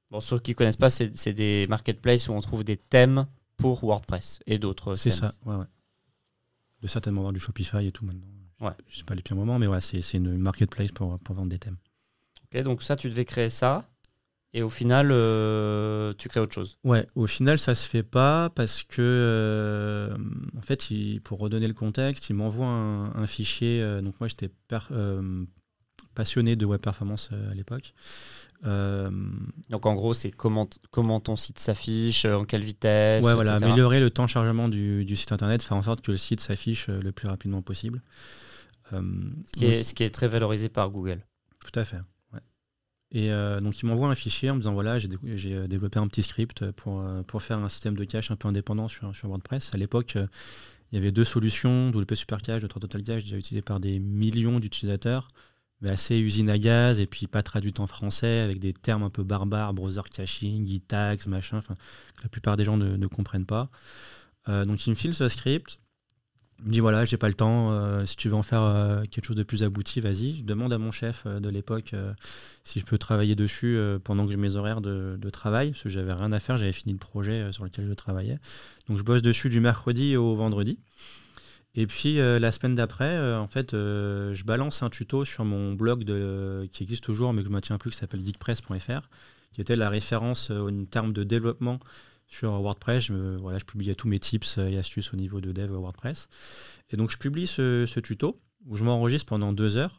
S1: Bon, ceux qui ne connaissent pas, c'est, c'est des marketplaces où on trouve des thèmes pour WordPress et d'autres.
S2: C'est thèmes. ça, ouais, ouais. De certainement avoir du Shopify et tout maintenant.
S1: Ouais.
S2: Je sais pas les pires moments, mais ouais, c'est, c'est une marketplace pour, pour vendre des thèmes.
S1: Ok, donc ça, tu devais créer ça. Et au final, euh, tu crées autre chose.
S2: Ouais, au final, ça se fait pas parce que, euh, en fait, il, pour redonner le contexte, il m'envoie un, un fichier. Euh, donc moi, j'étais per, euh, passionné de web performance euh, à l'époque. Euh,
S1: donc en gros, c'est comment, comment ton site s'affiche, en quelle vitesse,
S2: ouais,
S1: et
S2: voilà,
S1: cetera.
S2: améliorer le temps de chargement du, du site internet, faire en sorte que le site s'affiche le plus rapidement possible.
S1: Euh, ce, qui est, ce qui est très valorisé par Google.
S2: Tout à fait. Et euh, donc, il m'envoie un fichier en me disant voilà, j'ai, dé- j'ai développé un petit script pour, euh, pour faire un système de cache un peu indépendant sur, sur WordPress. À l'époque, euh, il y avait deux solutions, W P Super Cache, d'autres Total Cache, déjà utilisées par des millions d'utilisateurs, mais assez usine à gaz et puis pas traduites en français, avec des termes un peu barbares, browser caching, e-tags, machin, que la plupart des gens ne, ne comprennent pas. Euh, donc, il me file ce script. Il me dit voilà, j'ai pas le temps, euh, si tu veux en faire euh, quelque chose de plus abouti, vas-y. Je demande à mon chef euh, de l'époque euh, si je peux travailler dessus euh, pendant que j'ai mes horaires de, de travail, parce que j'avais rien à faire, j'avais fini le projet euh, sur lequel je travaillais. Donc je bosse dessus du mercredi au vendredi. Et puis euh, la semaine d'après, euh, en fait, euh, je balance un tuto sur mon blog de, euh, qui existe toujours, mais que je ne maintiens plus, qui s'appelle geekpress point f r, qui était la référence euh, en termes de développement sur WordPress. Je, me, voilà, je publiais tous mes tips et astuces au niveau de dev WordPress. Et donc, je publie ce, ce tuto où je m'enregistre pendant deux heures.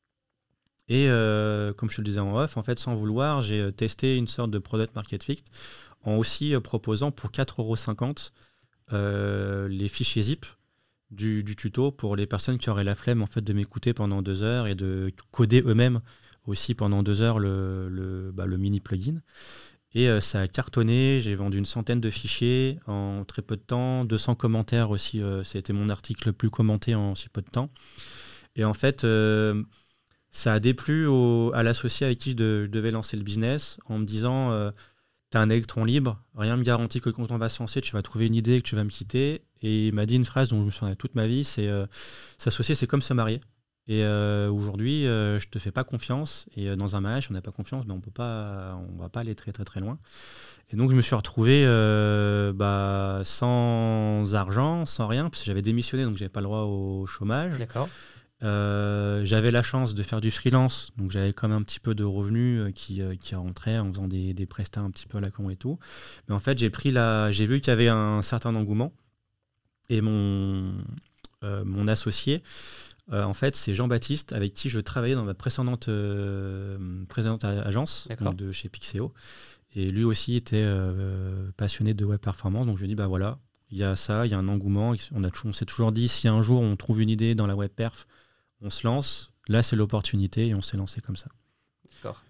S2: Et euh, comme je te le disais en off, en fait, sans vouloir, j'ai testé une sorte de product market fit en aussi proposant pour quatre euros cinquante euh, les fichiers zip du, du tuto pour les personnes qui auraient la flemme en fait, de m'écouter pendant deux heures et de coder eux-mêmes aussi pendant deux heures le, le, bah, le mini plugin. Et euh, ça a cartonné, j'ai vendu une centaine de fichiers en très peu de temps, deux cents commentaires aussi, euh, c'était mon article le plus commenté en si peu de temps. Et en fait, euh, ça a déplu au, à l'associé avec qui je, de, je devais lancer le business en me disant euh, t'as un électron libre, rien ne me garantit que quand on va se lancer, tu vas trouver une idée et que tu vas me quitter. Et il m'a dit une phrase dont je me souviens toute ma vie, c'est euh, s'associer, c'est comme se marier. Et euh, aujourd'hui, euh, je te fais pas confiance. Et euh, dans un mariage, on n'a pas confiance, mais on peut pas, on va pas aller très très très loin. Et donc, je me suis retrouvé euh, bah, sans argent, sans rien, parce que j'avais démissionné, donc j'avais pas le droit au chômage.
S1: D'accord.
S2: Euh, j'avais la chance de faire du freelance, donc j'avais quand même un petit peu de revenus euh, qui, euh, qui rentraient en faisant des, des prestats un petit peu à la con et tout. Mais en fait, j'ai pris la, j'ai vu qu'il y avait un certain engouement. Et mon, euh, mon associé, Euh, en fait, c'est Jean-Baptiste avec qui je travaillais dans ma précédente, euh, précédente agence donc de chez Pixéo. Et lui aussi était euh, passionné de web performance. Donc je lui ai dit, bah voilà, il y a ça, il y a un engouement. On, a, on s'est toujours dit, si un jour on trouve une idée dans la web perf, on se lance. Là, c'est l'opportunité et on s'est lancé comme ça.
S1: D'accord.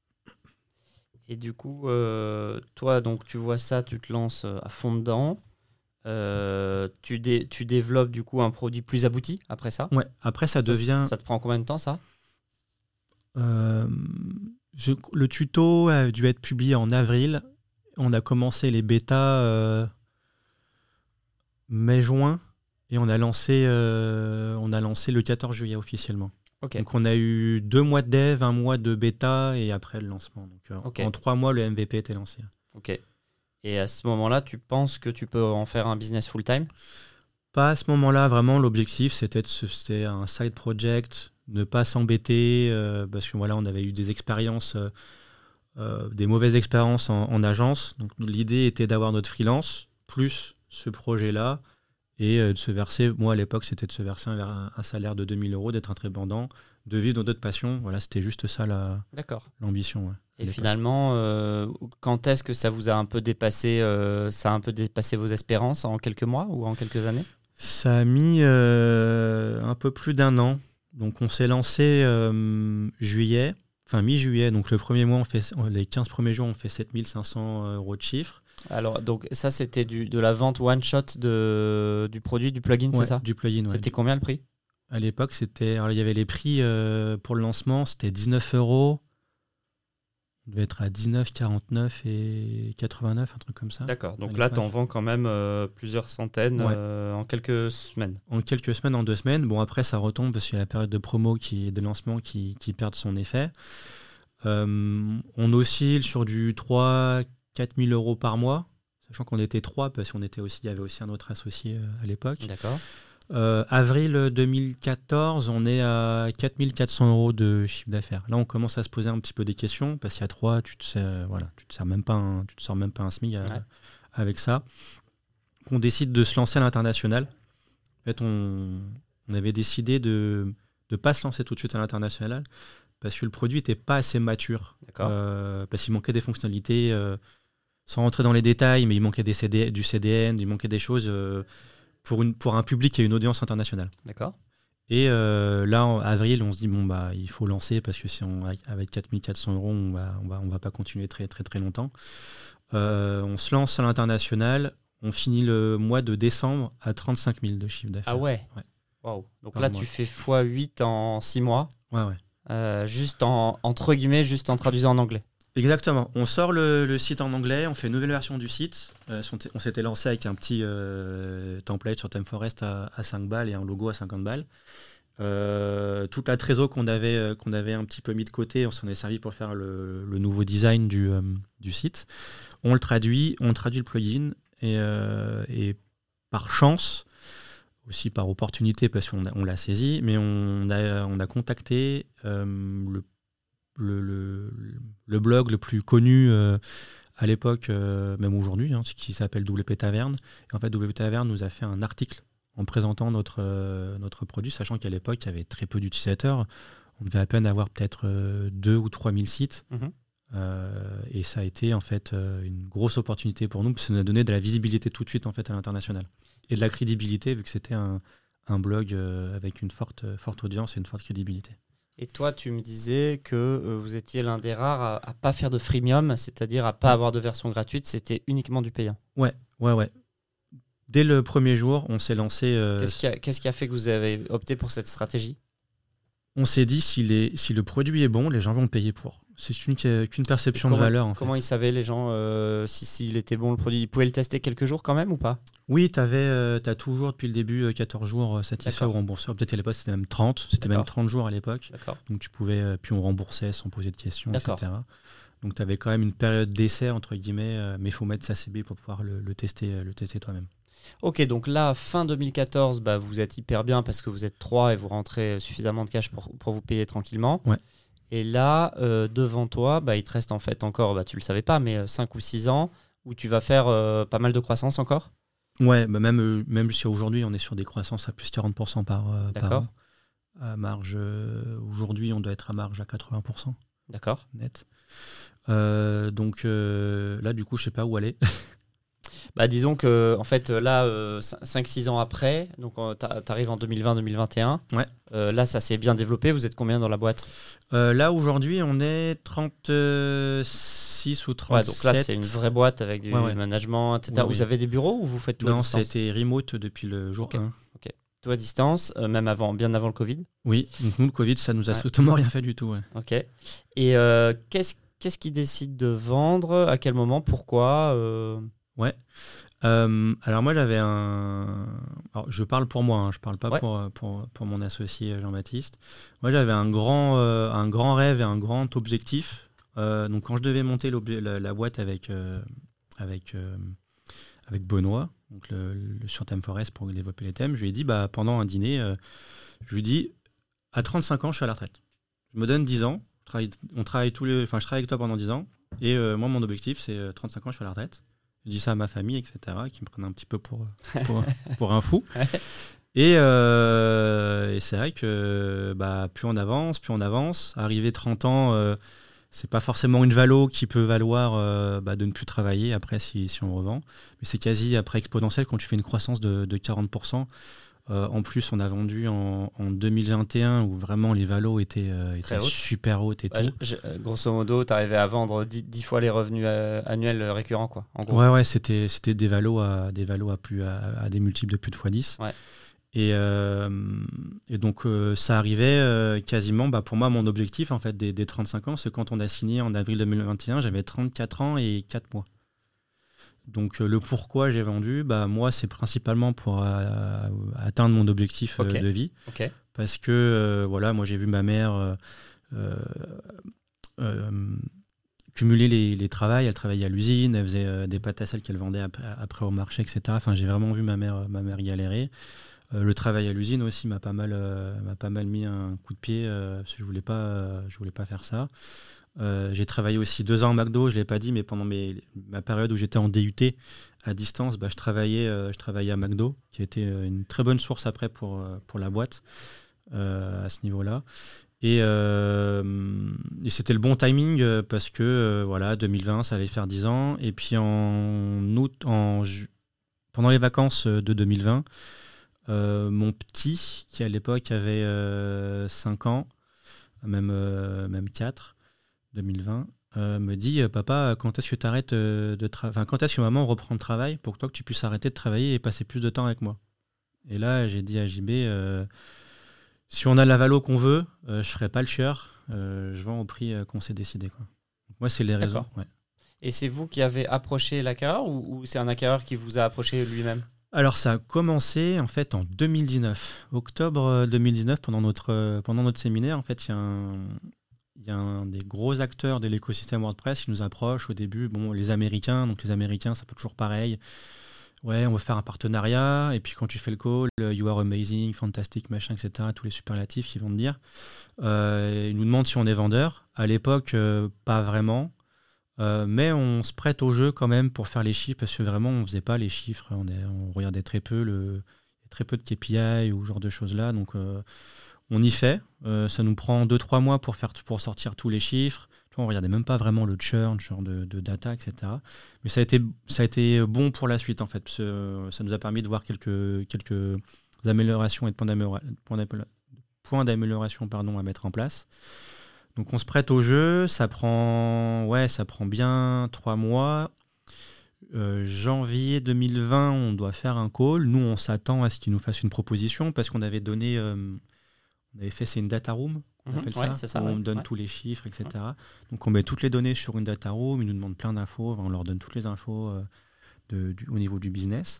S1: Et du coup, euh, toi, donc tu vois ça, tu te lances à fond dedans. Euh, tu, dé, tu développes du coup un produit plus abouti après ça.
S2: Ouais, après ça, ça devient...
S1: Ça te prend combien de temps ça
S2: euh, je, Le tuto a dû être publié en avril. On a commencé les bêtas euh, mai-juin et on a, lancé, euh, on a lancé le quatorze juillet officiellement. Okay. Donc on a eu deux mois de dev, un mois de bêta et après le lancement. Donc okay. En trois mois, le M V P était lancé.
S1: Ok. Et à ce moment-là, tu penses que tu peux en faire un business full-time ?
S2: Pas à ce moment-là, vraiment. L'objectif, c'était, de, c'était un side project, ne pas s'embêter, euh, parce que voilà, on avait eu des expériences, euh, euh, des mauvaises expériences en, en agence. Donc l'idée était d'avoir notre freelance, plus ce projet-là, et euh, de se verser, moi à l'époque, c'était de se verser un, un salaire de deux mille euros, d'être indépendant, de vivre dans d'autres passions. Voilà, c'était juste ça la, l'ambition. Ouais.
S1: Et finalement, euh, quand est-ce que ça vous a un peu dépassé, euh, ça a un peu dépassé vos espérances en quelques mois ou en quelques années ?
S2: Ça a mis euh, un peu plus d'un an. Donc on s'est lancé euh, juillet, enfin mi-juillet. Donc le premier mois, on fait, les quinze premiers jours, on fait sept mille cinq cents euros de chiffre.
S1: Alors donc ça, c'était du, de la vente one shot de, du produit, du plugin,
S2: ouais,
S1: c'est ça ?
S2: Du plugin.
S1: C'était ouais. Combien le prix ?
S2: À l'époque, c'était, alors, il y avait les prix euh, pour le lancement, c'était dix-neuf euros. On devait être à dix-neuf, quarante-neuf et quatre-vingt-neuf, un truc comme ça.
S1: D'accord, donc là, tu en vends quand même euh, plusieurs centaines ouais. euh, en quelques semaines.
S2: En quelques semaines, en deux semaines. Bon, après, ça retombe parce qu'il y a la période de promo, qui, de lancement qui, qui perd son effet. Euh, on oscille sur du trois à quatre mille euros par mois, sachant qu'on était trois, parce qu'on était aussi, il y avait aussi un autre associé à l'époque.
S1: D'accord.
S2: Euh, avril deux mille quatorze, on est à quatre mille quatre cents euros de chiffre d'affaires. Là, on commence à se poser un petit peu des questions, parce qu'il y a trois, tu te sais, voilà, tu te sors même pas un, tu te sors même pas un SMIC à, ouais. avec ça. On décide de se lancer à l'international. En fait, on, on avait décidé de ne pas se lancer tout de suite à l'international, parce que le produit n'était pas assez mature. Euh, parce qu'il manquait des fonctionnalités, euh, sans rentrer dans les détails, mais il manquait des C D, du C D N, il manquait des choses... Euh, Pour, une, pour un public et une audience internationale.
S1: D'accord.
S2: Et euh, là, en avril, on se dit, bon, bah, il faut lancer parce que si on, avec quatre mille quatre cents euros, on va, on va, on va pas continuer très, très, très longtemps. Euh, on se lance à l'international. On finit le mois de décembre à trente-cinq mille de chiffre d'affaires.
S1: Ah ouais, ouais. Wow. Donc Par là, mois. Tu fais fois huit en six mois.
S2: Ouais, ouais.
S1: Euh, juste en, entre guillemets, juste en traduisant en anglais.
S2: Exactement. On sort le, le site en anglais, on fait une nouvelle version du site. Euh, on s'était lancé avec un petit euh, template sur ThemeForest à, à cinq balles et un logo à cinquante balles. Euh, toute la trésor qu'on avait, euh, qu'on avait un petit peu mis de côté, on s'en est servi pour faire le, le nouveau design du, euh, du site. On le traduit, on traduit le plugin et, euh, et par chance, aussi par opportunité parce qu'on a, on l'a saisi, mais on a, on a contacté euh, le Le, le, le blog le plus connu euh, à l'époque, euh, même aujourd'hui, hein, qui s'appelle W P Taverne. Et en fait, W P Taverne nous a fait un article en présentant notre, euh, notre produit, sachant qu'à l'époque, il y avait très peu d'utilisateurs. On devait à peine avoir peut-être euh, deux ou trois mille sites. Mmh. Euh, et ça a été en fait euh, une grosse opportunité pour nous, parce que ça nous a donné de la visibilité tout de suite en fait, à l'international. Et de la crédibilité, vu que c'était un, un blog euh, avec une forte, forte audience et une forte crédibilité.
S1: Et toi, tu me disais que euh, vous étiez l'un des rares à ne pas faire de freemium, c'est-à-dire à ne pas avoir de version gratuite, c'était uniquement du payant.
S2: Ouais, ouais, ouais. Dès le premier jour, on s'est lancé... Euh,
S1: qu'est-ce, qui a, qu'est-ce qui a fait que vous avez opté pour cette stratégie ?
S2: On s'est dit, si, les, si le produit est bon, les gens vont le payer pour. C'est une, qu'une perception
S1: comment,
S2: de valeur, en fait.
S1: Comment ils savaient, les gens, euh, si, s'il était bon, le produit ? Ils pouvaient le tester quelques jours quand même ou pas ?
S2: Oui, tu euh, as toujours, depuis le début, quatorze jours satisfaits ou remboursés. Peut-être à l'époque, c'était même trente. C'était D'accord. même trente jours à l'époque.
S1: D'accord.
S2: Donc, tu pouvais, euh, puis on remboursait sans poser de questions, D'accord. et cetera. Donc, tu avais quand même une période d'essai, entre guillemets, euh, mais il faut mettre sa C B pour pouvoir le, le, tester, le tester toi-même.
S1: Ok, donc là, fin deux mille quatorze, bah, vous êtes hyper bien parce que vous êtes trois et vous rentrez suffisamment de cash pour, pour vous payer tranquillement.
S2: Ouais.
S1: Et là, euh, devant toi, bah, il te reste en fait encore, bah, tu ne le savais pas, mais cinq ou six ans où tu vas faire euh, pas mal de croissance encore.
S2: Ouais, bah même, euh, même si aujourd'hui on est sur des croissances à plus quarante pour cent par, euh, par an. À marge, euh, aujourd'hui on doit être à marge à quatre-vingts pour cent.
S1: D'accord.
S2: Net. Euh, donc euh, là, du coup, je sais pas où aller.
S1: Bah, disons que en fait là euh, cinq six ans après, donc euh, t'arrives en deux mille vingt deux mille vingt et un.
S2: Ouais.
S1: Euh, là ça s'est bien développé, vous êtes combien dans la boîte ?
S2: euh, Là aujourd'hui on est trente-six ou trente-sept.
S1: Ouais, donc là c'est une vraie boîte avec du ouais, ouais. management, et cetera. Ouais, vous oui. avez des bureaux ou vous faites tout
S2: non,
S1: à distance ?
S2: Non, c'était remote depuis le jour
S1: okay.
S2: un.
S1: Ok. Tout à distance, euh, même avant, bien avant le Covid ?
S2: Oui, donc nous le Covid ça nous a ouais. strictement rien fait du tout. Ouais.
S1: Ok. Et euh, qu'est-ce, qu'est-ce qui décide de vendre ? À quel moment ? Pourquoi ? euh...
S2: Ouais. Euh, alors moi j'avais un... Alors, je parle pour moi, hein, je parle pas ouais. pour, pour, pour mon associé Jean-Baptiste. Moi j'avais un grand, euh, un grand rêve et un grand objectif. Euh, donc quand je devais monter la, la boîte avec, euh, avec, euh, avec Benoît, donc le, le, sur ThemeForest pour développer les thèmes, je lui ai dit bah, pendant un dîner, euh, je lui ai dit à trente-cinq ans je suis à la retraite. Je me donne dix ans, on travaille, on travaille tous les, enfin, je travaille avec toi pendant dix ans et euh, moi mon objectif c'est euh, trente-cinq ans je suis à la retraite. Je dis ça à ma famille, et cetera, qui me prennent un petit peu pour, pour, pour un fou. Et, euh, et c'est vrai que bah, plus on avance, plus on avance. Arrivé trente ans, euh, c'est pas forcément une valo qui peut valoir euh, bah, de ne plus travailler après si, si on revend. Mais c'est quasi après exponentiel quand tu fais une croissance de, de quarante pour cent. Euh, en plus, on a vendu en, en deux mille vingt et un où vraiment les valos étaient, euh, étaient super hautes et
S1: ouais,
S2: tout.
S1: Je, je, grosso modo, tu arrivais à vendre dix fois les revenus euh, annuels récurrents, quoi. En gros.
S2: Ouais, ouais, c'était, c'était des valos à des valos à plus à, à des multiples de plus de fois dix.
S1: Ouais.
S2: Et, euh, et donc euh, ça arrivait euh, quasiment. Bah, pour moi, mon objectif en fait des, des trente-cinq ans, c'est quand on a signé en avril deux mille vingt et un, j'avais trente-quatre ans et quatre mois. Donc euh, le pourquoi j'ai vendu, bah, moi c'est principalement pour euh, atteindre mon objectif
S1: okay.
S2: euh, de vie.
S1: Okay.
S2: Parce que euh, voilà, moi j'ai vu ma mère euh, euh, euh, cumuler les, les travails. Elle travaillait à l'usine, elle faisait euh, des pâtes à sel qu'elle vendait ap- après au marché, et cetera. Enfin, j'ai vraiment vu ma mère, ma mère galérer. Euh, le travail à l'usine aussi m'a pas mal, euh, m'a pas mal mis un coup de pied euh, parce que je voulais pas, euh, je voulais pas faire ça. Euh, j'ai travaillé aussi deux ans au McDo, je l'ai pas dit, mais pendant mes, ma période où j'étais en D U T à distance, bah, je travaillais, euh, je travaillais à McDo, qui a été une très bonne source après pour euh, pour la boîte euh, à ce niveau-là. Et, euh, et c'était le bon timing euh, parce que euh, voilà, deux mille vingt, ça allait faire dix ans. Et puis en août, en ju- pendant les vacances de deux mille vingt. Euh, mon petit, qui à l'époque avait euh, cinq ans, même, euh, même quatre, deux mille vingt, euh, me dit euh, Papa, quand est-ce que tu arrêtes euh, de travailler Enfin, quand est-ce que maman reprend le travail pour que toi que tu puisses arrêter de travailler et passer plus de temps avec moi? Et là, j'ai dit à J B euh, si on a la valo qu'on veut, euh, je ferai pas le chieur, euh, je vends au prix euh, qu'on s'est décidé, quoi. Donc, moi, c'est les raisons. Ouais.
S1: Et c'est vous qui avez approché l'acquéreur ou, ou c'est un acquéreur qui vous a approché lui-même?
S2: Alors ça a commencé en fait en deux mille dix-neuf, octobre deux mille dix-neuf, pendant notre, pendant notre séminaire. En fait, il y a un, il y a un des gros acteurs de l'écosystème WordPress qui nous approche au début. Bon, les Américains, donc les Américains, ça peut toujours pareil. Ouais, on veut faire un partenariat. Et puis quand tu fais le call, you are amazing, fantastic, machin, et cetera. Tous les superlatifs qu'ils vont te dire. Euh, ils nous demandent si on est vendeur. À l'époque, euh, pas vraiment. Euh, mais on se prête au jeu quand même pour faire les chiffres parce que vraiment on faisait pas les chiffres, on, est, on regardait très peu le, très peu de K P I ou ce genre de choses là, donc euh, on y fait. Euh, ça nous prend deux trois mois pour, faire, pour sortir tous les chiffres. Tu vois, on regardait même pas vraiment le churn, genre de, de data, et cetera. Mais ça a été, ça a été bon pour la suite en fait, parce que ça nous a permis de voir quelques, quelques améliorations et de points d'amélioration, points d'amélioration pardon, à mettre en place. Donc on se prête au jeu, ça prend, ouais, ça prend bien trois mois. Euh, janvier deux mille vingt, on doit faire un call. Nous, on s'attend à ce qu'ils nous fassent une proposition parce qu'on avait donné, euh, on avait fait, c'est une data room, on
S1: mmh,
S2: appelle
S1: ouais,
S2: ça,
S1: c'est ça,
S2: où
S1: ouais,
S2: on me donne
S1: ouais.
S2: tous les chiffres, et cetera. Mmh. Donc on met toutes les données sur une data room, ils nous demandent plein d'infos, on leur donne toutes les infos euh, de, du, au niveau du business.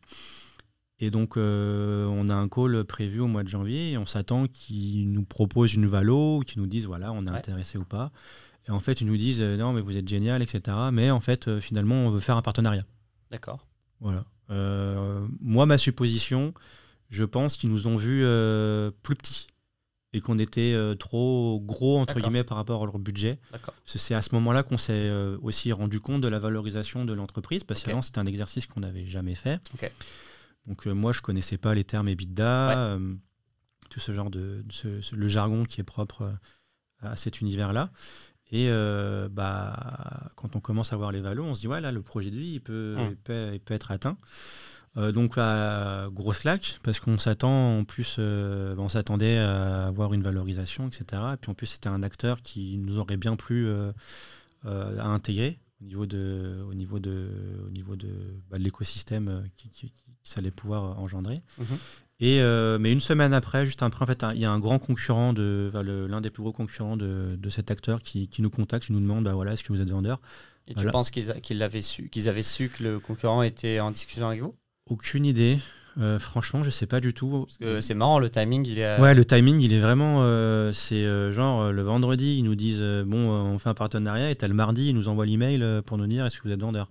S2: Et donc, euh, on a un call prévu au mois de janvier et on s'attend qu'ils nous proposent une valo, qu'ils nous disent, voilà, on est ouais. intéressé ou pas. Et en fait, ils nous disent, euh, non, mais vous êtes génial, et cetera. Mais en fait, euh, finalement, on veut faire un partenariat.
S1: D'accord.
S2: Voilà. Euh, moi, ma supposition, je pense qu'ils nous ont vus euh, plus petits et qu'on était euh, trop gros, entre D'accord. guillemets, par rapport à leur budget. D'accord. Parce que c'est à ce moment-là qu'on s'est euh, aussi rendu compte de la valorisation de l'entreprise, parce okay. qu'avant, c'était un exercice qu'on n'avait jamais fait. Okay. Donc euh, moi, je ne connaissais pas les termes EBITDA, ouais. euh, tout ce genre de, de ce, ce, le jargon qui est propre euh, à cet univers-là. Et euh, bah, quand on commence à voir les valos, on se dit, ouais, là, le projet de vie, il peut, mmh. il peut, il peut être atteint. Euh, donc, euh, grosse claque, parce qu'on s'attend, en plus, euh, on s'attendait à avoir une valorisation, et cetera. Et puis, en plus, c'était un acteur qui nous aurait bien plu euh, euh, à intégrer au niveau de, au niveau de, au niveau de, bah, de l'écosystème qui, qui, qui ça allait pouvoir engendrer. Mmh. Et, euh, mais une semaine après, juste après, en fait, il y a un grand concurrent, de, enfin, le, l'un des plus gros concurrents de, de cet acteur qui, qui nous contacte, qui nous demande, bah, voilà, est-ce que vous êtes vendeur?
S1: Et
S2: voilà.
S1: Tu penses qu'ils, a, qu'ils, avaient su, qu'ils avaient su que le concurrent était en discussion avec vous?
S2: Aucune idée. Euh, franchement, je sais pas du tout.
S1: Parce que c'est marrant, le timing, il est... À...
S2: Ouais, le timing, il est vraiment... Euh, c'est euh, genre, le vendredi, ils nous disent, euh, bon, euh, on fait un partenariat, et t'as le mardi, ils nous envoient l'email pour nous dire, est-ce que vous êtes vendeur?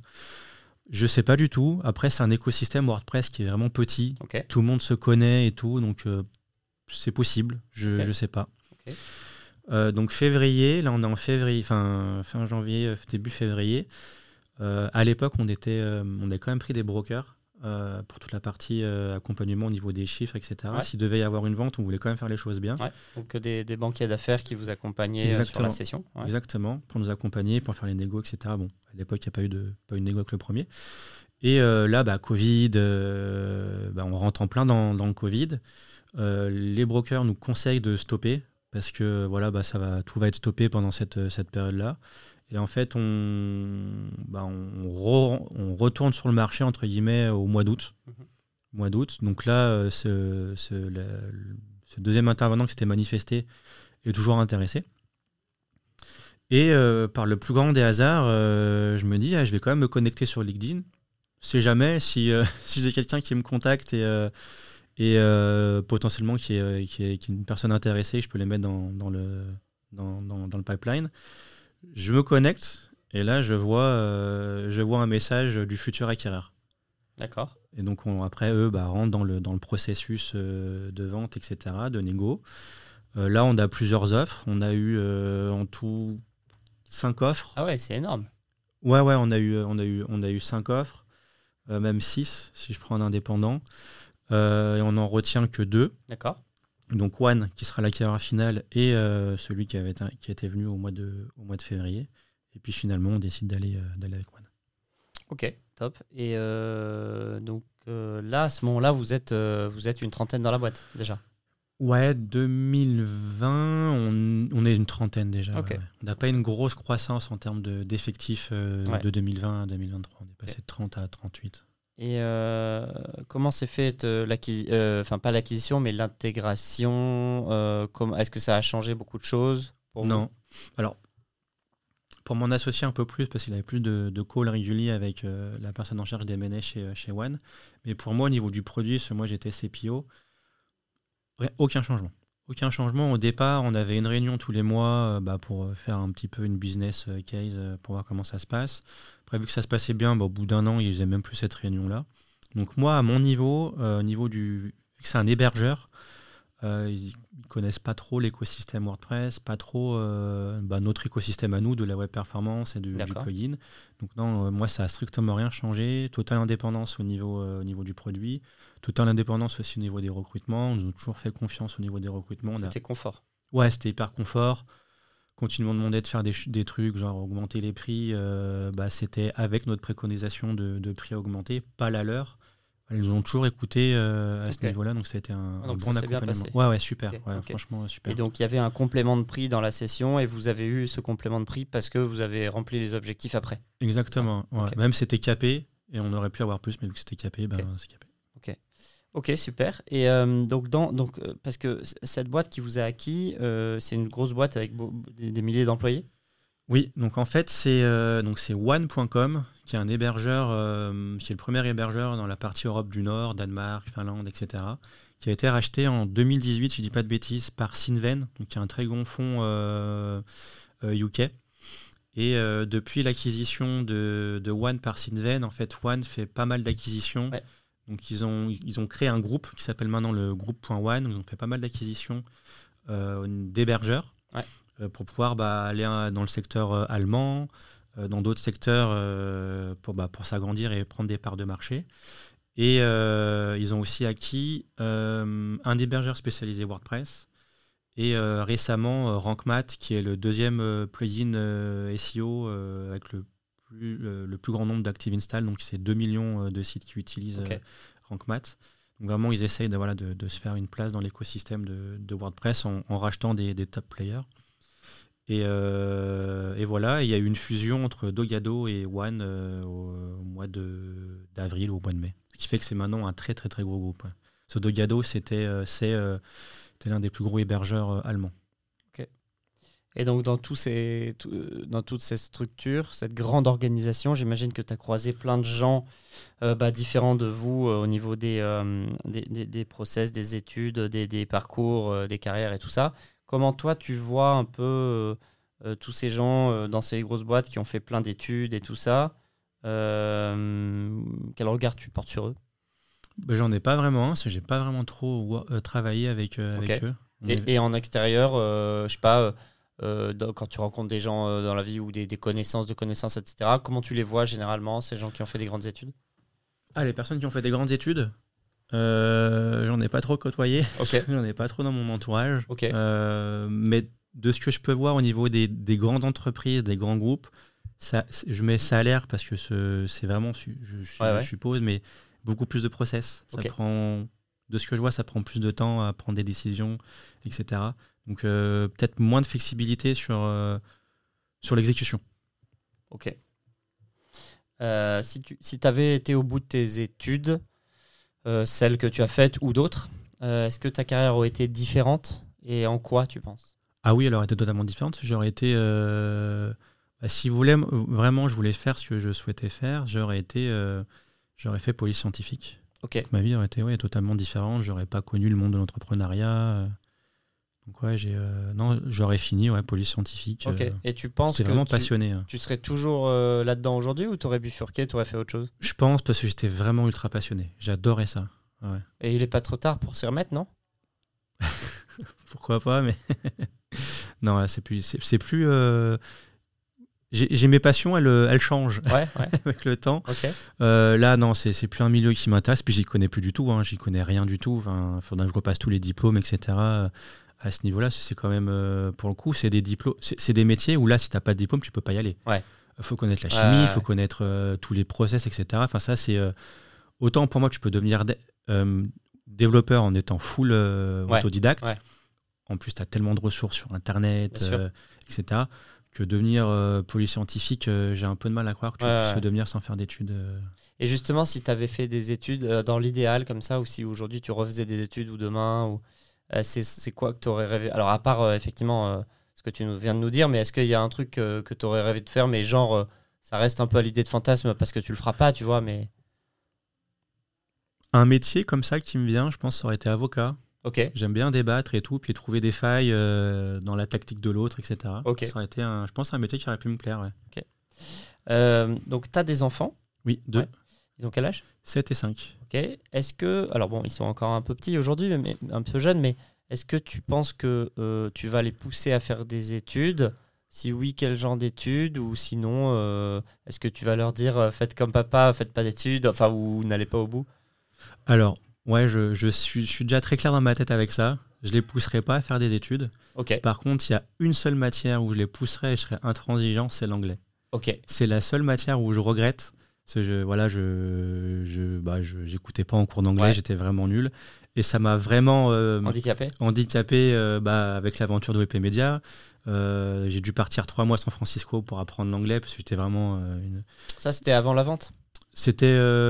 S2: Je sais pas du tout. Après, c'est un écosystème WordPress qui est vraiment petit. Okay. Tout le monde se connaît et tout, donc euh, c'est possible. Je okay. je sais pas. Okay. Euh, donc février, là on est en février, fin, fin janvier, début février. Euh, à l'époque, on était, euh, on a quand même pris des brokers euh, pour toute la partie euh, accompagnement au niveau des chiffres, et cetera. Ouais. S'il devait y avoir une vente, on voulait quand même faire les choses bien.
S1: Ouais. Donc des, des banquiers d'affaires qui vous accompagnaient Exactement. sur la session.
S2: Ouais. Exactement, pour nous accompagner, pour faire les négos, et cetera. Bon, à l'époque, il n'y a pas eu de, pas eu de négo avec le premier. Et euh, là, bah, Covid, euh, bah, on rentre en plein dans, dans le Covid. Euh, les brokers nous conseillent de stopper parce que voilà, bah, ça va, tout va être stoppé pendant cette, cette période-là. Et en fait, on, bah, on, re, on retourne sur le marché, entre guillemets, au mois d'août. Mmh. Mois d'août. Donc là, ce, ce, le, ce deuxième intervenant qui s'était manifesté est toujours intéressé. Et euh, par le plus grand des hasards, euh, je me dis, ah, je vais quand même me connecter sur LinkedIn. Je ne sais jamais si, euh, si j'ai quelqu'un qui me contacte et, euh, et euh, potentiellement qui est, qui, est, qui est une personne intéressée, je peux les mettre dans, dans, le, dans, dans, dans le pipeline. je me connecte et là, je vois, euh, je vois un message du futur acquéreur.
S1: D'accord.
S2: Et donc, on, après, eux bah, rentrent dans le, dans le processus euh, de vente, et cetera, de négo. Euh, là, on a plusieurs offres. On a eu euh, en tout cinq offres.
S1: Ah ouais, c'est énorme.
S2: Ouais, ouais, on a eu, on a eu, on a eu cinq offres, euh, même six, si je prends un indépendant. Euh, et on n'en retient que deux.
S1: D'accord.
S2: Donc, One, qui sera l'acquéreur final, et euh, celui qui, avait été, qui était venu au mois, de, au mois de février. Et puis, finalement, on décide d'aller, euh, d'aller avec One.
S1: Ok, top. Et euh, donc euh, là, à ce moment-là, vous êtes, euh, vous êtes une trentaine dans la boîte, déjà.
S2: Ouais, deux mille vingt, on, on est une trentaine déjà.
S1: Okay.
S2: Ouais, ouais. On n'a pas une grosse croissance en termes de, d'effectifs euh,
S1: ouais.
S2: de deux mille vingt à deux mille vingt-trois. On est passé okay. de trente à trente-huit.
S1: Et euh, comment s'est fait euh, l'acquisition, enfin pas l'acquisition, mais l'intégration euh, comment, est-ce que ça a changé beaucoup de choses pour
S2: Non.
S1: vous?
S2: Alors, pour m'en associer un peu plus, parce qu'il avait plus de, de calls réguliers avec euh, la personne en charge des M and A chez, chez One. Mais pour moi, au niveau du produit, parce que moi j'étais C P O, aucun changement. Aucun changement. Au départ, on avait une réunion tous les mois euh, bah, pour faire un petit peu une business case euh, pour voir comment ça se passe. Après, vu que ça se passait bien, bah, au bout d'un an, ils faisaient même plus cette réunion-là. Donc moi, à mon niveau, euh, au niveau du, vu que c'est un hébergeur, euh, ils ne connaissent pas trop l'écosystème WordPress, pas trop euh, bah, notre écosystème à nous de la web performance et de, du plugin. Donc non, euh, moi, ça n'a strictement rien changé. Totale indépendance au niveau, euh, au niveau du produit. Totale indépendance aussi au niveau des recrutements. On nous a toujours fait confiance au niveau des recrutements.
S1: C'était
S2: a...
S1: confort.
S2: Ouais, c'était hyper confort. Quand ils m'ont demandé de faire des, des trucs, genre augmenter les prix, euh, bah, c'était avec notre préconisation de, de prix à augmenter, pas la leur. Ils nous ont toujours écouté euh, à okay. ce niveau-là, donc ça a été un,
S1: ah, donc
S2: un bon accompagnement. Ouais, ouais, super. Okay, ouais, okay. Franchement, super.
S1: Et donc, il y avait un complément de prix dans la session et vous avez eu ce complément de prix parce que vous avez rempli les objectifs après.
S2: Exactement. Ouais. Okay. Même c'était capé et on aurait pu avoir plus, mais vu que c'était capé, ben, c'est capé.
S1: Ok. Ok, super. Et euh, donc, dans, donc, parce que cette boîte qui vous a acquis, euh, c'est une grosse boîte avec des, des milliers d'employés?
S2: Oui, donc en fait, c'est euh, donc c'est one point com qui est un hébergeur, euh, qui est le premier hébergeur dans la partie Europe du Nord, Danemark, Finlande, et cetera, qui a été racheté en deux mille dix-huit, si je ne dis pas de bêtises, par Cinven, donc qui est un très grand fonds euh, euh, U K. Et euh, depuis l'acquisition de, de One par Cinven, en fait, One fait pas mal d'acquisitions. Ouais. Donc ils ont, ils ont créé un groupe qui s'appelle maintenant le groupe.one. Ils ont fait pas mal d'acquisitions euh, d'hébergeurs. Ouais. Pour pouvoir bah, aller dans le secteur euh, allemand, euh, dans d'autres secteurs euh, pour, bah, pour s'agrandir et prendre des parts de marché. Et euh, ils ont aussi acquis euh, un hébergeur spécialisé WordPress et euh, récemment euh, RankMath, qui est le deuxième euh, plugin euh, S E O euh, avec le plus, euh, le plus grand nombre d'active install. Donc c'est deux millions de sites qui utilisent okay. euh, RankMath. Donc vraiment, ils essayent de, voilà, de, de se faire une place dans l'écosystème de, de WordPress en, en rachetant des, des top players. Et, euh, et voilà, il y a eu une fusion entre Dogado et One euh, au, au mois de, d'avril ou au mois de mai. Ce qui fait que c'est maintenant un très très très gros groupe. Ce Dogado, c'était, euh, c'est, euh, c'était l'un des plus gros hébergeurs euh, allemands.
S1: Ok. Et donc dans, tous ces, tout, dans toutes ces structures, cette grande organisation, j'imagine que tu as croisé plein de gens euh, bah, différents de vous euh, au niveau des, euh, des, des, des process, des études, des, des parcours, euh, des carrières et tout ça. Comment toi, tu vois un peu euh, euh, tous ces gens euh, dans ces grosses boîtes qui ont fait plein d'études et tout ça euh, quel regard tu portes sur eux?
S2: Ben, j'en ai pas vraiment, parce que j'ai pas vraiment trop euh, travaillé avec, euh,
S1: okay.
S2: avec eux.
S1: Et, est... et en extérieur, euh, je sais pas, euh, dans, quand tu rencontres des gens euh, dans la vie ou des, des connaissances de connaissances, et cetera, comment tu les vois généralement, ces gens qui ont fait des grandes études?
S2: Ah, les personnes qui ont fait des grandes études Euh, j'en ai pas trop côtoyé,
S1: okay.
S2: J'en ai pas trop dans mon entourage.
S1: Okay.
S2: Euh, mais de ce que je peux voir au niveau des, des grandes entreprises, des grands groupes, ça, je mets ça à l'air parce que ce, c'est vraiment, je, je, ouais, je ouais. suppose, mais beaucoup plus de process. Ça okay. prend, de ce que je vois, ça prend plus de temps à prendre des décisions, et cetera. Donc euh, peut-être moins de flexibilité sur, euh, sur l'exécution.
S1: Ok. Euh, si tu si avais été au bout de tes études, Euh, celles que tu as faites ou d'autres, euh, est-ce que ta carrière aurait été différente et en quoi tu penses?
S2: Ah oui, elle aurait été totalement différente. J'aurais été, euh, bah, si vous voulez, vraiment, je voulais faire ce que je souhaitais faire, j'aurais été, euh, j'aurais fait police scientifique.
S1: Ok.
S2: Donc, ma vie aurait été ouais, totalement différente. J'aurais pas connu le monde de l'entrepreneuriat. Donc ouais, j'ai, euh, non, j'aurais fini, ouais, police scientifique.
S1: Ok.
S2: Euh,
S1: Et tu penses que
S2: vraiment
S1: tu,
S2: passionné. Hein.
S1: tu serais toujours euh, là-dedans aujourd'hui ou t'aurais bifurqué, t'aurais fait autre chose?
S2: Je pense parce que j'étais vraiment ultra passionné. J'adorais ça. Ouais.
S1: Et il est pas trop tard pour s'y remettre, non?
S2: Pourquoi pas, mais non, là, c'est plus, c'est, c'est plus. Euh... J'ai, j'ai mes passions, elles, elles changent
S1: ouais, ouais.
S2: avec le temps.
S1: Okay.
S2: Euh, là, non, c'est, c'est plus un milieu qui m'intéresse. Puis j'y connais plus du tout. Hein, j'y connais rien du tout. Enfin, faudra que je repasse tous les diplômes, et cetera. À ce niveau-là, c'est quand même, euh, pour le coup, c'est des diplômes, c'est, c'est des métiers où là, si t'as pas de diplôme, tu peux pas y aller.
S1: Ouais.
S2: Faut connaître la chimie, il
S1: ouais,
S2: faut
S1: ouais.
S2: connaître euh, tous les process, et cetera. Enfin, ça, c'est euh, autant pour moi, tu peux devenir dé- euh, développeur en étant full euh,
S1: ouais.
S2: autodidacte.
S1: Ouais.
S2: En plus, tu as tellement de ressources sur Internet, euh, et cetera, que devenir euh, polyscientifique, euh, j'ai un peu de mal à croire que tu ouais, puisses ouais. le devenir sans faire d'études. Euh...
S1: Et justement, si tu avais fait des études euh, dans l'idéal comme ça, ou si aujourd'hui tu refaisais des études ou demain, ou, euh, c'est, c'est quoi que tu aurais rêvé? Alors, à part euh, effectivement euh, ce que tu nous, viens de nous dire, mais est-ce qu'il y a un truc euh, que tu aurais rêvé de faire, mais genre, euh, ça reste un peu à l'idée de fantasme parce que tu le feras pas, tu vois, mais...
S2: Un métier comme ça qui me vient, je pense, ça aurait été avocat.
S1: Okay.
S2: J'aime bien débattre et tout, puis trouver des failles euh, dans la tactique de l'autre, et cetera.
S1: Okay.
S2: Ça aurait été, un, je pense, un métier qui aurait pu me plaire. Ouais.
S1: Okay. Euh, donc, tu as des enfants?
S2: Oui, deux.
S1: Ouais. Ils ont quel âge?
S2: sept et cinq.
S1: Ok. Est-ce que... Alors bon, ils sont encore un peu petits aujourd'hui, mais un peu jeunes, mais est-ce que tu penses que euh, tu vas les pousser à faire des études? Si oui, quel genre d'études? Ou sinon, euh, est-ce que tu vas leur dire euh, faites comme papa, faites pas d'études, enfin, ou n'allez pas au bout?
S2: Alors, ouais, je, je, suis, je suis déjà très clair dans ma tête avec ça. Je les pousserai pas à faire des études.
S1: Okay.
S2: Par contre, il y a une seule matière où je les pousserai et je serai intransigeant, c'est l'anglais.
S1: Okay.
S2: C'est la seule matière où je regrette. Parce que je, voilà, je, je, bah, je, j'écoutais pas en cours d'anglais, ouais. J'étais vraiment nul. Et ça m'a vraiment euh,
S1: handicapé,
S2: handicapé euh, bah, avec l'aventure de W P Media. Euh, j'ai dû partir trois mois à San Francisco pour apprendre l'anglais parce que j'étais vraiment... Euh, une...
S1: Ça, c'était avant la vente?
S2: C'était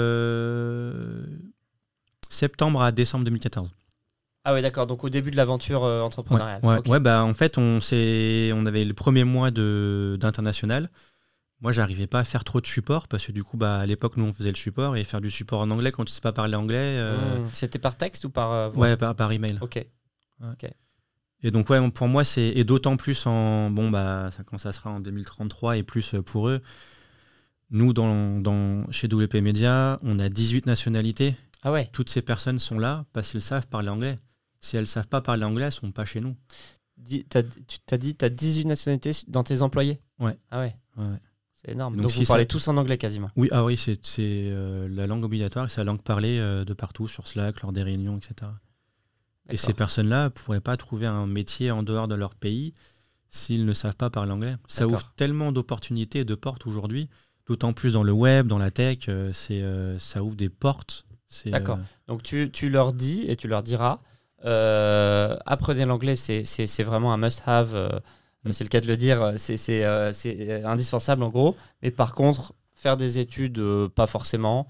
S2: euh, septembre à décembre deux mille quatorze.
S1: Ah ouais, d'accord. Donc au début de l'aventure euh, entrepreneuriale.
S2: Ouais, ouais,
S1: okay.
S2: ouais bah, en fait, on, s'est, on avait le premier mois de, d'international. Moi, j'arrivais pas à faire trop de support parce que du coup, bah, à l'époque, nous, on faisait le support et faire du support en anglais quand tu sais pas parler anglais. Euh...
S1: Mmh. C'était par texte ou par euh,
S2: ouais, par, par email.
S1: Ok.
S2: Ouais.
S1: Ok.
S2: Et donc, ouais, pour moi, c'est et d'autant plus en bon, bah, ça, quand ça sera en deux mille trente-trois et plus pour eux. Nous, dans, dans chez W P Media, on a dix-huit nationalités.
S1: Ah ouais.
S2: Toutes ces personnes sont là parce qu'elles savent parler anglais. Si elles savent pas parler anglais, elles sont pas chez nous.
S1: Dis, t'as, tu t'as dit, tu as dix-huit nationalités dans tes employés?
S2: Ouais.
S1: Ah ouais.
S2: Ouais.
S1: C'est énorme. Donc, donc si vous parlez ça... tous en anglais quasiment?
S2: Oui, ah oui, c'est, c'est euh, la langue obligatoire, c'est la langue parlée euh, de partout, sur Slack, lors des réunions, et cetera. D'accord. Et ces personnes-là ne pourraient pas trouver un métier en dehors de leur pays s'ils ne savent pas parler anglais. Ça D'accord. Ouvre tellement d'opportunités et de portes aujourd'hui, d'autant plus dans le web, dans la tech, euh, c'est, euh, ça ouvre des portes. C'est,
S1: D'accord.
S2: Euh...
S1: Donc tu, tu leur dis et tu leur diras, euh, apprenez l'anglais, c'est, c'est, c'est vraiment un must-have. Euh, C'est le cas de le dire, c'est, c'est, euh, c'est indispensable en gros. Mais par contre, faire des études, euh, pas forcément.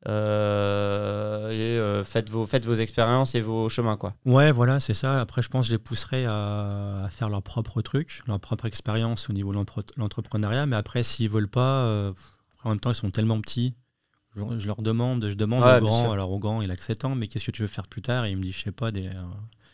S1: Euh, et euh, faites, vos, faites vos expériences et vos chemins, quoi.
S2: Ouais, voilà, c'est ça. Après, je pense que je les pousserai à, à faire leur propre truc, leur propre expérience au niveau de l'entrepreneuriat. Mais après, s'ils veulent pas, euh, en même temps, ils sont tellement petits. Je, je leur demande, je demande ouais, au grand, alors au grand, il a que sept ans, mais qu'est-ce que tu veux faire plus tard? Et il me dit, je sais pas. Des, euh...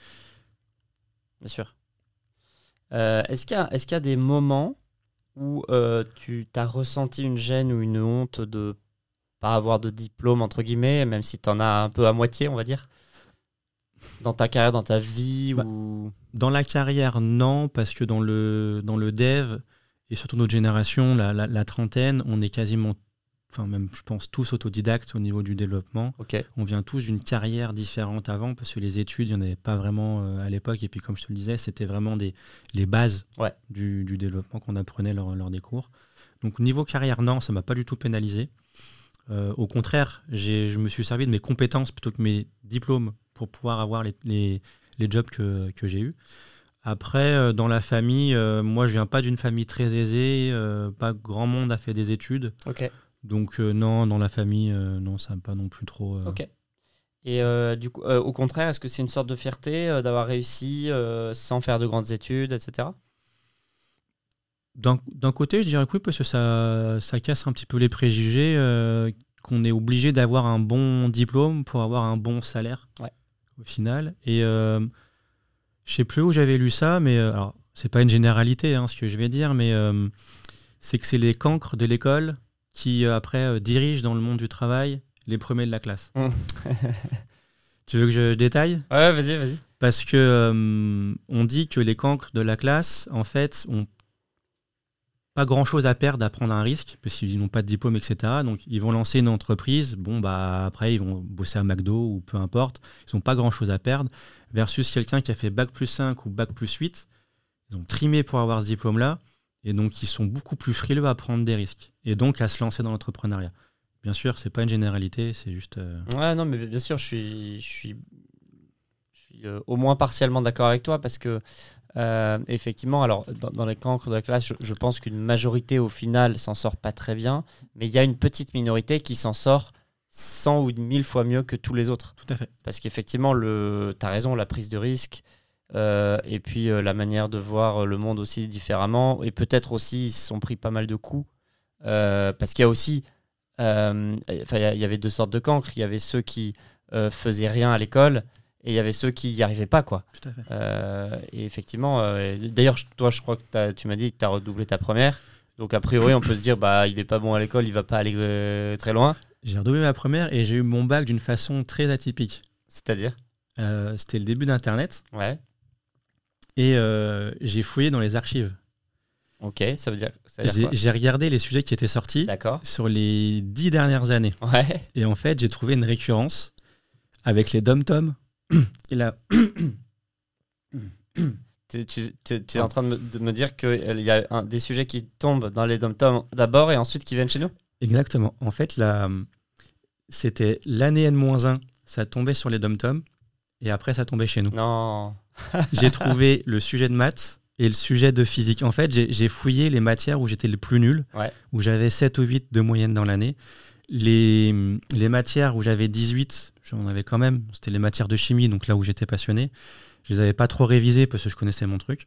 S1: Bien sûr. Euh, est-ce qu'il y a, est-ce qu'il y a des moments où euh, tu as ressenti une gêne ou une honte de pas avoir de diplôme, entre guillemets, même si tu en as un peu à moitié, on va dire, dans ta carrière, dans ta vie bah, ou...
S2: Dans la carrière, non, parce que dans le, dans le dev, et surtout notre génération, la, la, la trentaine, on est quasiment, enfin même je pense tous autodidactes au niveau du développement.
S1: Okay.
S2: On vient tous d'une carrière différente avant, parce que les études, il n'y en avait pas vraiment euh, à l'époque, et puis comme je te le disais, c'était vraiment des, les bases
S1: ouais.
S2: du, du développement qu'on apprenait lors, lors des cours. Donc niveau carrière, non, ça ne m'a pas du tout pénalisé. Euh, au contraire, j'ai, je me suis servi de mes compétences plutôt que mes diplômes pour pouvoir avoir les, les, les jobs que, que j'ai eus. Après, euh, dans la famille, euh, moi, je viens pas d'une famille très aisée. Euh, pas grand monde a fait des études.
S1: Okay.
S2: Donc, euh, non, dans la famille, euh, non, ça n'a pas non plus trop... Euh...
S1: Ok. Et euh, du coup, euh, au contraire, est-ce que c'est une sorte de fierté euh, d'avoir réussi euh, sans faire de grandes études, et cetera?
S2: D'un, d'un côté, je dirais que oui, parce que ça, ça casse un petit peu les préjugés euh, qu'on est obligé d'avoir un bon diplôme pour avoir un bon salaire
S1: ouais.
S2: au final. Et euh, Je sais plus où j'avais lu ça, mais euh, alors, c'est pas une généralité, hein, ce que je vais dire, mais euh, c'est que c'est les cancres de l'école qui, euh, après, euh, dirigent dans le monde du travail les premiers de la classe. Mmh. Tu veux que je détaille ?
S1: Ouais, vas-y, vas-y.
S2: Parce que euh, on dit que les cancres de la classe, en fait, ont pas grand-chose à perdre à prendre un risque, parce qu'ils n'ont pas de diplôme, et cetera. Donc, ils vont lancer une entreprise. Bon, bah après, ils vont bosser à McDo ou peu importe. Ils n'ont pas grand-chose à perdre. Versus quelqu'un qui a fait bac plus cinq ou bac plus huit. Ils ont trimé pour avoir ce diplôme-là. Et donc, ils sont beaucoup plus frileux à prendre des risques. Et donc, à se lancer dans l'entrepreneuriat. Bien sûr, c'est pas une généralité, c'est juste... Euh...
S1: Ouais, non, mais bien sûr, je suis, je suis, je suis euh, au moins partiellement d'accord avec toi, parce que, euh, effectivement, alors, dans, dans les cancres de la classe, je, je pense qu'une majorité, au final, s'en sort pas très bien, mais il y a une petite minorité qui s'en sort cent ou mille fois mieux que tous les autres.
S2: Tout à fait.
S1: Parce qu'effectivement, le, t'as raison, la prise de risque, euh, et puis euh, la manière de voir le monde aussi différemment, et peut-être aussi, ils se sont pris pas mal de coups, euh, parce qu'il y a aussi... Euh, il y, y avait deux sortes de cancres. Il y avait ceux qui euh, faisaient rien à l'école et il y avait ceux qui n'y arrivaient pas, quoi.
S2: Tout à fait.
S1: Euh, et effectivement, euh, d'ailleurs, toi, je crois que tu m'as dit que tu as redoublé ta première. Donc, a priori, on peut se dire bah, il n'est pas bon à l'école, il ne va pas aller euh, très loin.
S2: J'ai redoublé ma première et j'ai eu mon bac d'une façon très atypique.
S1: C'est-à-dire
S2: euh, C'était le début d'Internet.
S1: Ouais.
S2: Et euh, j'ai fouillé dans les archives.
S1: Ok, ça veut dire, ça veut dire
S2: j'ai,
S1: quoi ?
S2: j'ai regardé les sujets qui étaient sortis
S1: D'accord.
S2: sur les dix dernières années.
S1: Ouais.
S2: Et en fait, j'ai trouvé une récurrence avec les dom-toms. Et là...
S1: tu, tu, tu, tu es en train de me, de me dire qu'il y a un, des sujets qui tombent dans les dom-toms d'abord et ensuite qui viennent chez nous ?
S2: Exactement. En fait, là, c'était l'année N moins un, ça tombait sur les dom-toms et après, ça tombait chez nous.
S1: Non.
S2: J'ai trouvé le sujet de maths et le sujet de physique. En fait, j'ai, j'ai fouillé les matières où j'étais le plus nul,
S1: ouais. où
S2: j'avais sept ou huit de moyenne dans l'année. Les, les matières où j'avais dix-huit, j'en avais quand même. C'était les matières de chimie, donc là où j'étais passionné. Je les avais pas trop révisées parce que je connaissais mon truc.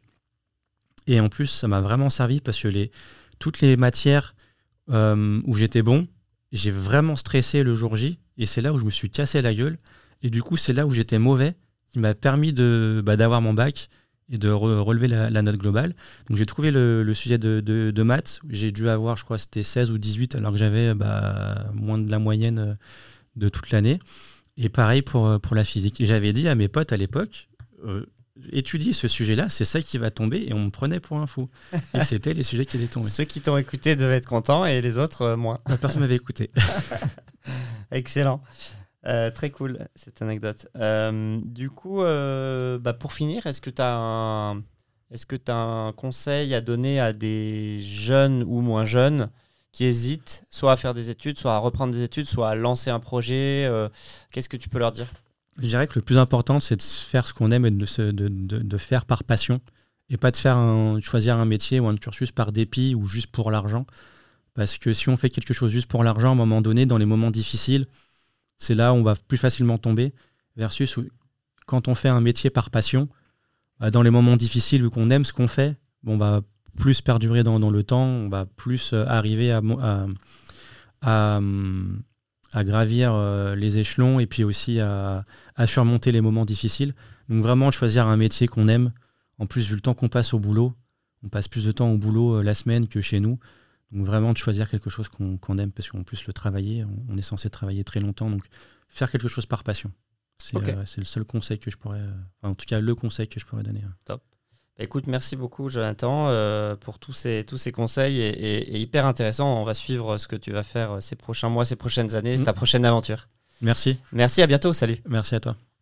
S2: Et en plus, ça m'a vraiment servi parce que les, toutes les matières euh, où j'étais bon, j'ai vraiment stressé le jour J. Et c'est là où je me suis cassé la gueule. Et du coup, c'est là où j'étais mauvais qui m'a permis de, bah, d'avoir mon bac et de re- relever la, la note globale. Donc j'ai trouvé le, le sujet de, de, de maths. J'ai dû avoir, je crois, c'était seize ou dix-huit, alors que j'avais bah, moins de la moyenne de toute l'année. Et pareil pour, pour la physique. Et j'avais dit à mes potes à l'époque, euh, étudie ce sujet-là, c'est ça qui va tomber. Et on me prenait pour un fou. Et c'était les sujets qui étaient tombés.
S1: Ceux qui t'ont écouté devaient être contents et les autres, euh, moins.
S2: Personne ne m'avait écouté.
S1: Excellent. Euh, très cool cette anecdote. Euh, du coup, euh, bah pour finir, est-ce que tu as un, est-ce que tu as un conseil à donner à des jeunes ou moins jeunes qui hésitent soit à faire des études, soit à reprendre des études, soit à lancer un projet euh, Qu'est-ce que tu peux leur dire ?
S2: Je dirais que le plus important, c'est de faire ce qu'on aime et de, se, de, de, de faire par passion et pas de faire un, choisir un métier ou un cursus par dépit ou juste pour l'argent. Parce que si on fait quelque chose juste pour l'argent, à un moment donné, dans les moments difficiles, c'est là où on va plus facilement tomber, versus où, quand on fait un métier par passion, bah dans les moments difficiles, vu qu'on aime ce qu'on fait, on va plus perdurer dans, dans le temps, on va plus arriver à, à, à, à gravir les échelons et puis aussi à, à surmonter les moments difficiles. Donc vraiment choisir un métier qu'on aime. En plus, vu le temps qu'on passe au boulot, on passe plus de temps au boulot la semaine que chez nous. Donc vraiment de choisir quelque chose qu'on, qu'on aime, parce qu'en plus le travailler, on est censé travailler très longtemps, donc faire quelque chose par passion. C'est, okay. euh, c'est le seul conseil que je pourrais, euh, enfin, en tout cas le conseil que je pourrais donner.
S1: Top. Écoute, merci beaucoup Jonathan euh, pour tous ces, tous ces conseils et, et, et hyper intéressant. On va suivre ce que tu vas faire ces prochains mois, ces prochaines années, mmh. ta prochaine aventure.
S2: Merci.
S1: Merci, à bientôt, salut.
S2: Merci à toi.